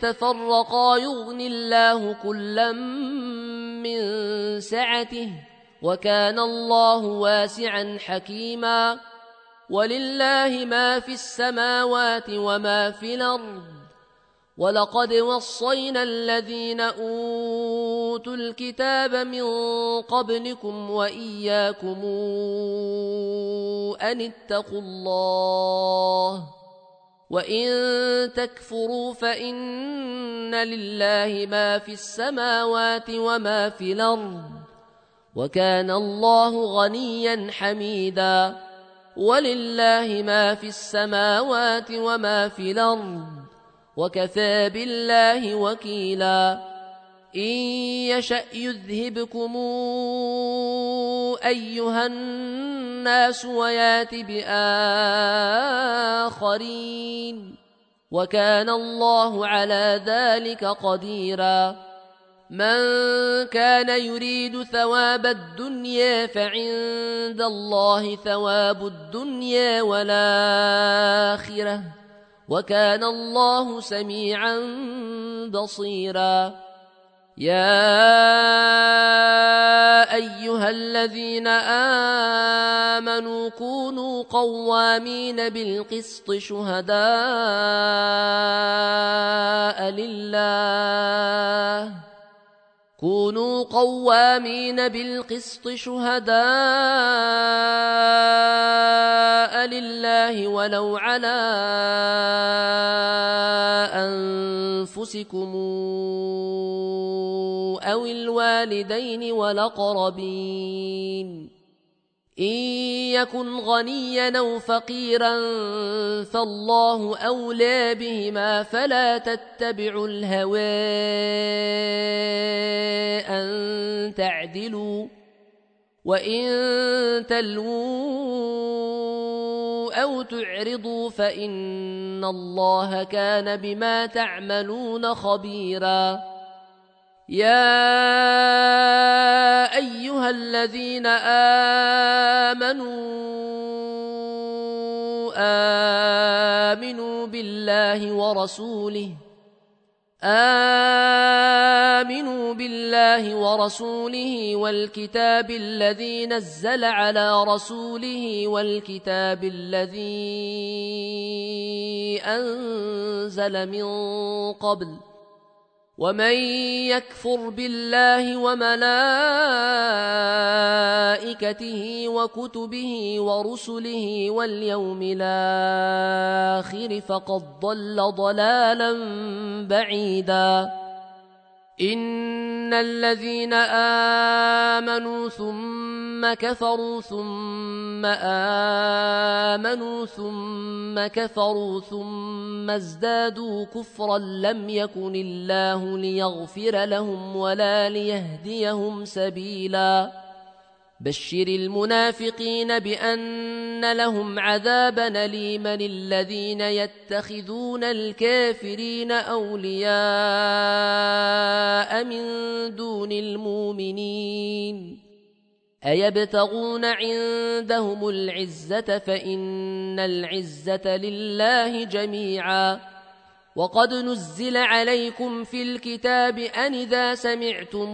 يتفرقا يغن الله كلا من سعته وكان الله واسعا حكيما. ولله ما في السماوات وما في الأرض. ولقد وصينا الذين أوتوا الكتاب من قبلكم وإياكم أن اتقوا الله وإن تكفروا فإن لله ما في السماوات وما في الأرض وكان الله غنيا حميدا. ولله ما في السماوات وما في الأرض وكفى بالله وكيلا. إن يشأ يذهبكم أيها الناس ويات بآخرين وكان الله على ذلك قديرا. من كان يريد ثواب الدنيا فعند الله ثواب الدنيا والآخرة وكان الله سميعا بصيرا. يا أيها الذين آمنوا كونوا قوامين بالقسط شهداء لله كونوا قوامين بالقسط شهداء لله ولو على أنفسكم أو الوالدين والأقربين. إن يكن غنيا أو فقيرا فالله أولى بهما فلا تتبعوا الهوى أن تعدلوا وإن تلووا أو تعرضوا فإن الله كان بما تعملون خبيرا. يا أيها الذين آمنوا آمنوا بالله ورسوله آمنوا بالله ورسوله والكتاب الذي نزل على رسوله والكتاب الذي أنزل من قبل ومن يكفر بالله وملائكته وكتبه ورسله واليوم الآخر فقد ضل ضلالا بعيدا. إن الذين آمنوا ثم كفروا ثم آمنوا ثم كفروا ثم ازدادوا كفرا لم يكن الله ليغفر لهم ولا ليهديهم سبيلا. بشر المنافقين بأن لهم عذابا أليما الذين يتخذون الكافرين أولياء من دون المؤمنين أيبتغون عندهم العزة فإن العزة لله جميعا. وقد نزل عليكم في الكتاب أن إذا سمعتم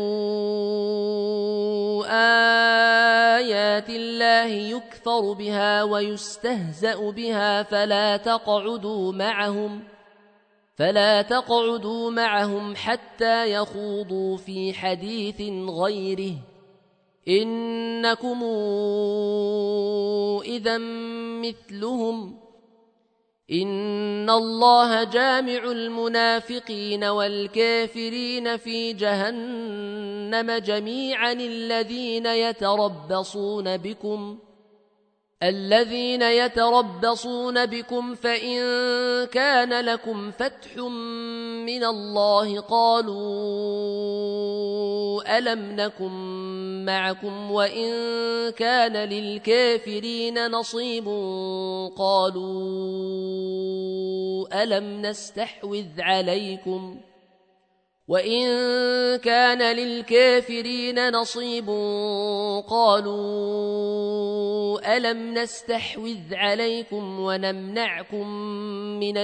آيات الله يكفر بها ويستهزأ بها فلا تقعدوا معهم فلا تقعدوا معهم حتى يخوضوا في حديث غيره إنكم إذا مثلهم إن الله جامع المنافقين والكافرين في جهنم جميعا الذين يتربصون بكم الذين يتربصون بكم فإن كان لكم فتح من الله قالوا ألم نكن معكم وإن كان للكافرين نصيب قالوا ألم نستحوذ عليكم وإن كان للكافرين نصيب قالوا ألم نستحوذ عليكم ونمنعكم من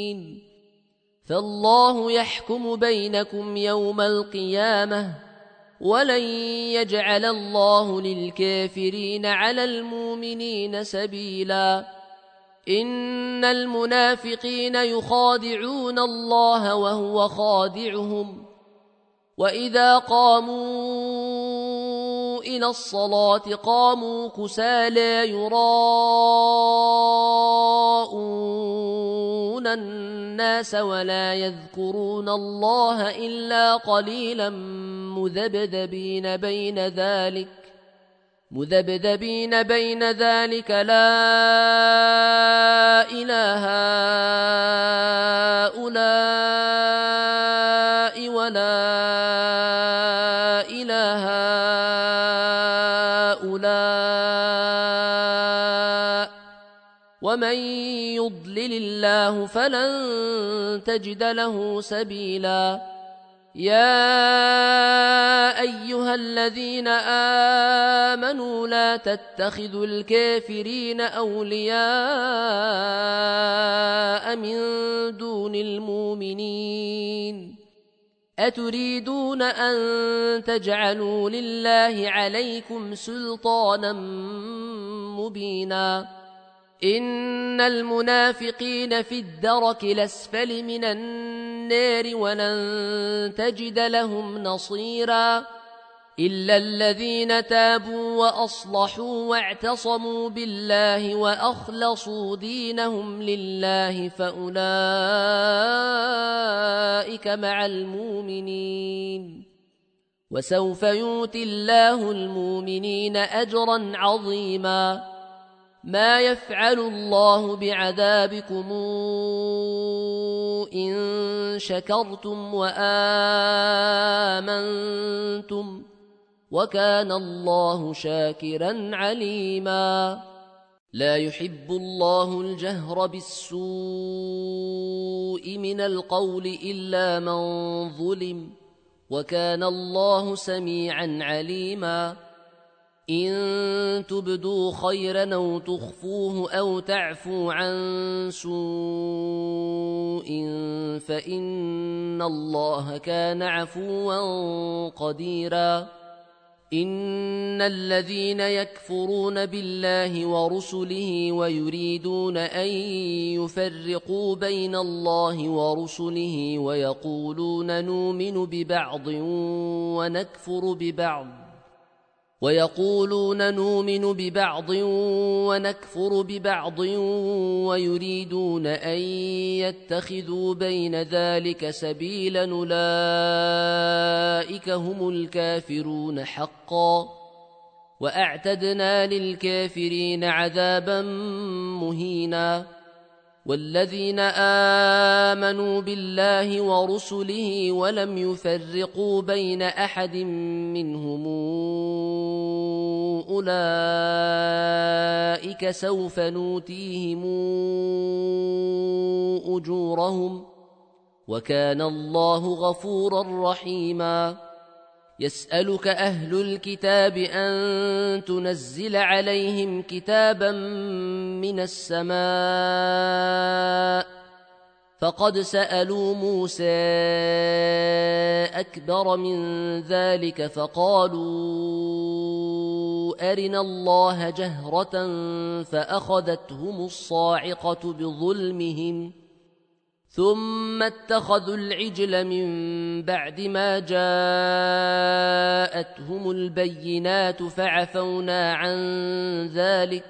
المؤمنين فالله يحكم بينكم يوم القيامة ولن يجعل الله للكافرين على المؤمنين سبيلا إن المنافقين يخادعون الله وهو خادعهم وإذا قاموا إلى الصلاة قاموا كسالى يراءون الناس ولا يذكرون الله إلا قليلا مذبذبين بين ذلك مذبذبين بين ذلك لا إله هؤلاء ولا إله هؤلاء ومن يضلل الله فلن تجد له سبيلا يا أيها الذين آمنوا لا تتخذوا الكافرين أولياء من دون المؤمنين أتريدون أن تجعلوا لله عليكم سلطانا مبينا إن المنافقين في الدرك الأسفل من النار ولن تجد لهم نصيرا إلا الذين تابوا وأصلحوا واعتصموا بالله وأخلصوا دينهم لله فأولئك مع المؤمنين وسوف يؤتي الله المؤمنين أجرا عظيما ما يفعل الله بعذابكم إن شكرتم وآمنتم وكان الله شاكرا عليما لا يحب الله الجهر بالسوء من القول إلا من ظلم وكان الله سميعا عليما إن تبدوا خيرا أو تخفوه أو تعفوا عن سوء فإن الله كان عفوا قديرا إن الذين يكفرون بالله ورسله ويريدون أن يفرقوا بين الله ورسله ويقولون نؤمن ببعض ونكفر ببعض ويقولون نؤمن ببعض ونكفر ببعض ويريدون أن يتخذوا بين ذلك سبيلا أولئك هم الكافرون حقا وأعتدنا للكافرين عذابا مهينا والذين آمنوا بالله ورسله ولم يفرقوا بين أحد منهم أولئك سوف نؤتيهم أجورهم وكان الله غفورا رحيما يسألك أهل الكتاب أن تنزل عليهم كتابا من السماء فقد سألوا موسى أكبر من ذلك فقالوا أرنا الله جهرة فأخذتهم الصاعقة بظلمهم ثم اتخذوا العجل من بعد ما جاءتهم البينات فعفونا عن ذلك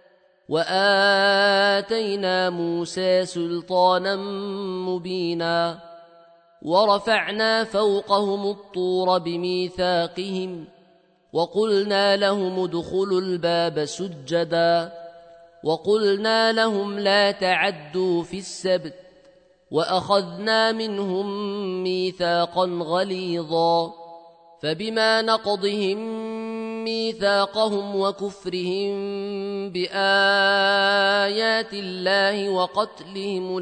وآتينا موسى سلطانا مبينا ورفعنا فوقهم الطور بميثاقهم وقلنا لهم ادخلوا الباب سجدا وقلنا لهم لا تعدوا في السبت وأخذنا منهم ميثاقا غليظا فبما نقضهم ميثاقهم وكفرهم بآيات الله وقتلهم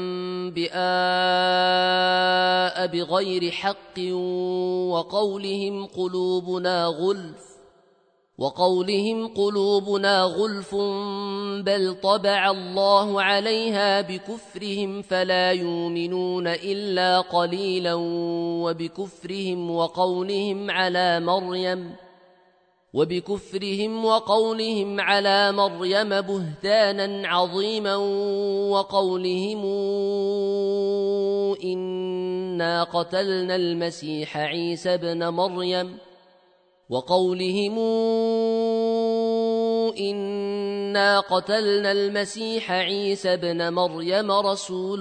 الأنبياء بغير حق وقولهم قلوبنا غلف وقولهم قلوبنا غلف بل طبع الله عليها بكفرهم فلا يؤمنون إلا قليلا وبكفرهم وقولهم على مريم وبكفرهم وقولهم على مريم بهتانا عظيما وقولهم إنا قتلنا المسيح عيسى ابن مريم وقولهم إنا قتلنا المسيح عيسى ابن مريم رسول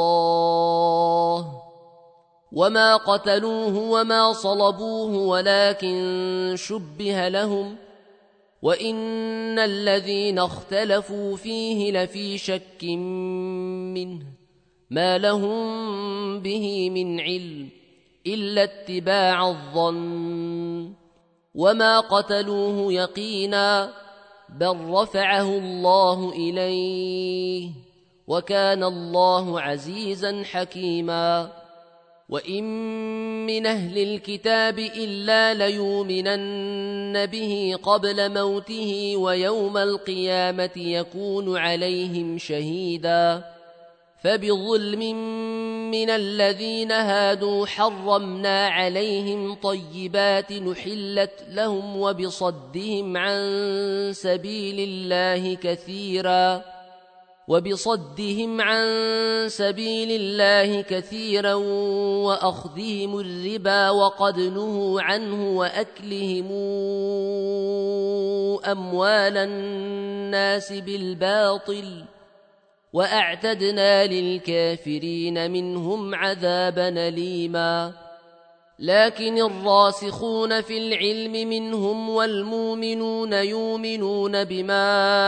الله وما قتلوه وما صلبوه ولكن شبه لهم وإن الذين اختلفوا فيه لفي شك منه ما لهم به من علم إلا اتباع الظن وما قتلوه يقينا بل رفعه الله إليه وكان الله عزيزا حكيما وإن من أهل الكتاب إلا ليؤمنن به قبل موته ويوم القيامة يكون عليهم شهيدا فبظلم من الذين هادوا حرمنا عليهم طيبات نحلت لهم وبصدهم عن سبيل الله كثيرا وبصدهم عن سبيل الله كثيرا وأخذهم الربا وقد نهوا عنه وأكلهم أموال الناس بالباطل وأعتدنا للكافرين منهم عذابا أليما لكن الراسخون في العلم منهم والمؤمنون يؤمنون بما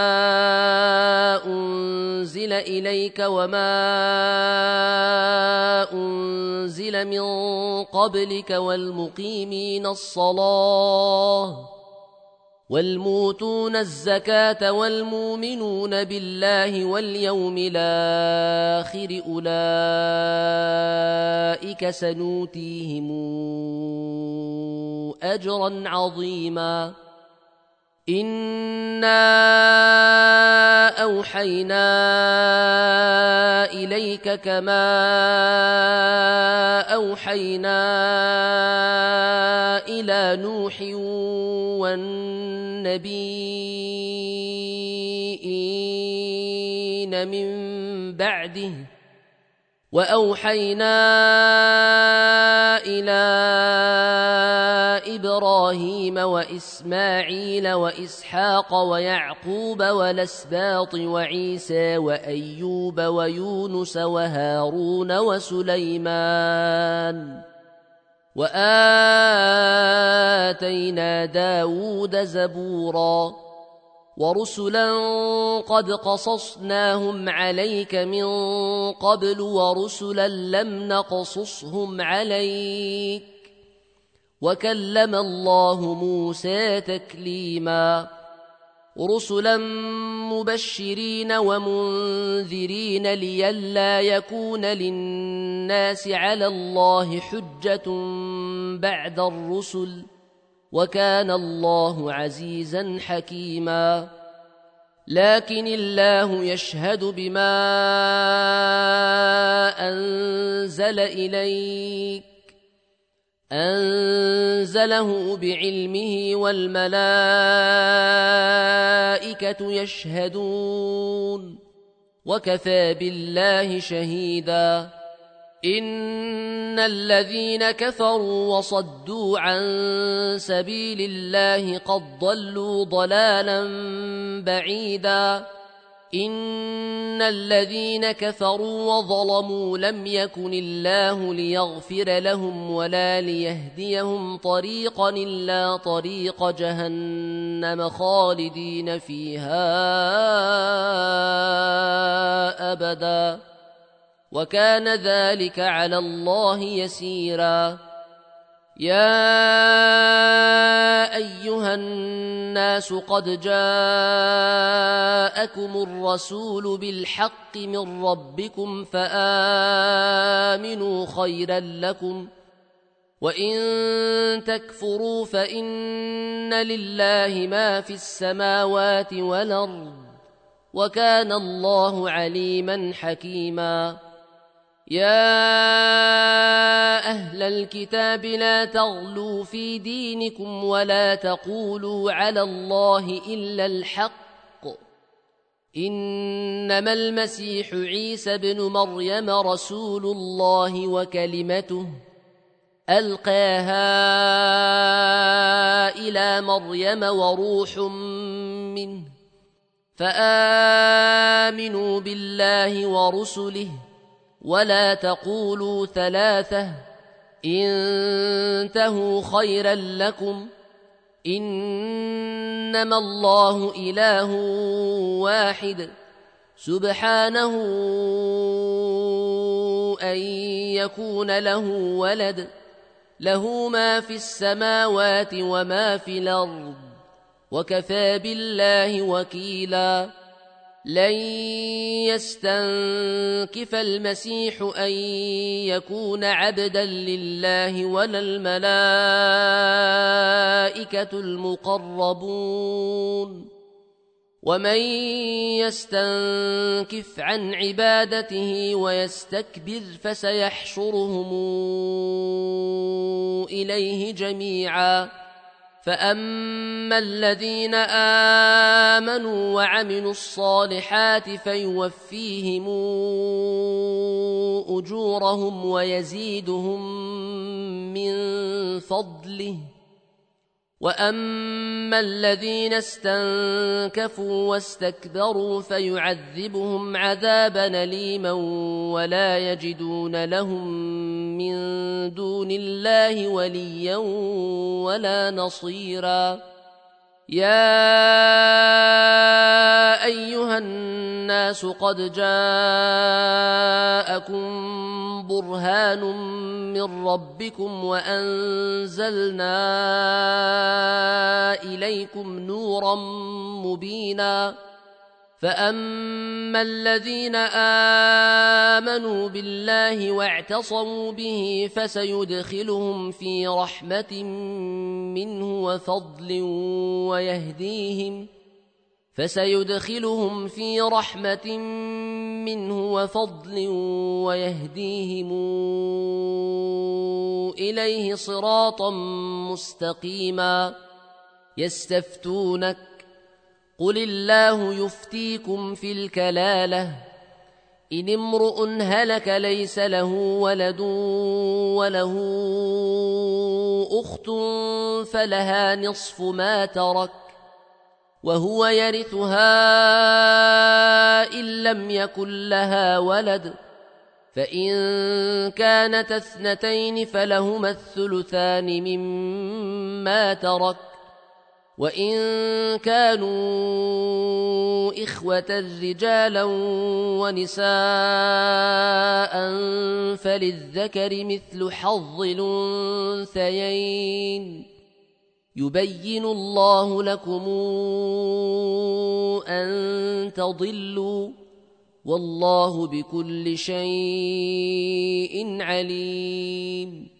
أنزل إليك وما أنزل من قبلك والمقيمين الصلاة والموتون الزكاة والمؤمنون بالله واليوم الآخر أولئك سنؤتيهم أجرا عظيما إنا أوحينا إليك كما أوحينا إلى نوح والنبيين من بعده وأوحينا إلى إبراهيم وإسماعيل وإسحاق ويعقوب والأسباط وعيسى وأيوب ويونس وهارون وسليمان وآتينا داود زبورا ورسلا قد قصصناهم عليك من قبل ورسلا لم نقصصهم عليك وكلم الله موسى تكليما رسلا مبشرين ومنذرين لئلا يكون للناس على الله حجة بعد الرسل وكان الله عزيزا حكيما لكن الله يشهد بما أنزل إليك أنزله بعلمه والملائكة يشهدون وكفى بالله شهيدا إن الذين كفروا وصدوا عن سبيل الله قد ضلوا ضلالا بعيدا إن الذين كفروا وظلموا لم يكن الله ليغفر لهم ولا ليهديهم طريقا إلا طريق جهنم خالدين فيها أبدا وكان ذلك على الله يسيرا يا أيها الناس قد جاءكم الرسول بالحق من ربكم فآمنوا خيرا لكم وإن تكفروا فإن لله ما في السماوات والأرض وكان الله عليما حكيما يا أهل الكتاب لا تغلوا في دينكم ولا تقولوا على الله إلا الحق إنما المسيح عيسى بن مريم رسول الله وكلمته ألقاها إلى مريم وروح منه فآمنوا بالله ورسله ولا تقولوا ثلاثة انتهوا خيرا لكم إنما الله إله واحد سبحانه أن يكون له ولد له ما في السماوات وما في الأرض وكفى بالله وكيلا لن يستنكف المسيح أن يكون عبدا لله ولا الملائكة المقربون ومن يستنكف عن عبادته ويستكبر فسيحشرهم إليه جميعا فأما الذين آمنوا وعملوا الصالحات فيوفيهم أجورهم ويزيدهم من فضله وأما الذين استنكفوا واستكبروا فيعذبهم عذابا أليما ولا يجدون لهم من دون الله وليا ولا نصيرا يا أيها الناس قد جاءكم برهان من ربكم وأنزلنا إليكم نورا مبينا فأما الذين آمنوا بالله واعتصموا به فسيدخلهم في رحمة منه وفضل ويهديهم فسيدخلهم في رحمة منه وفضل ويهديهم إليه صراطا مستقيما يستفتونك قل الله يفتيكم في الكلالة إن امرؤ هلك ليس له ولد وله أخت فلها نصف ما ترك وهو يرثها إن لم يكن لها ولد فإن كانت اثنتين فلهما الثلثان مما ترك وإن كانوا إخوة رجالا ونساء فللذكر مثل حظ الأنثيين يبين الله لكم أن تضلوا والله بكل شيء عليم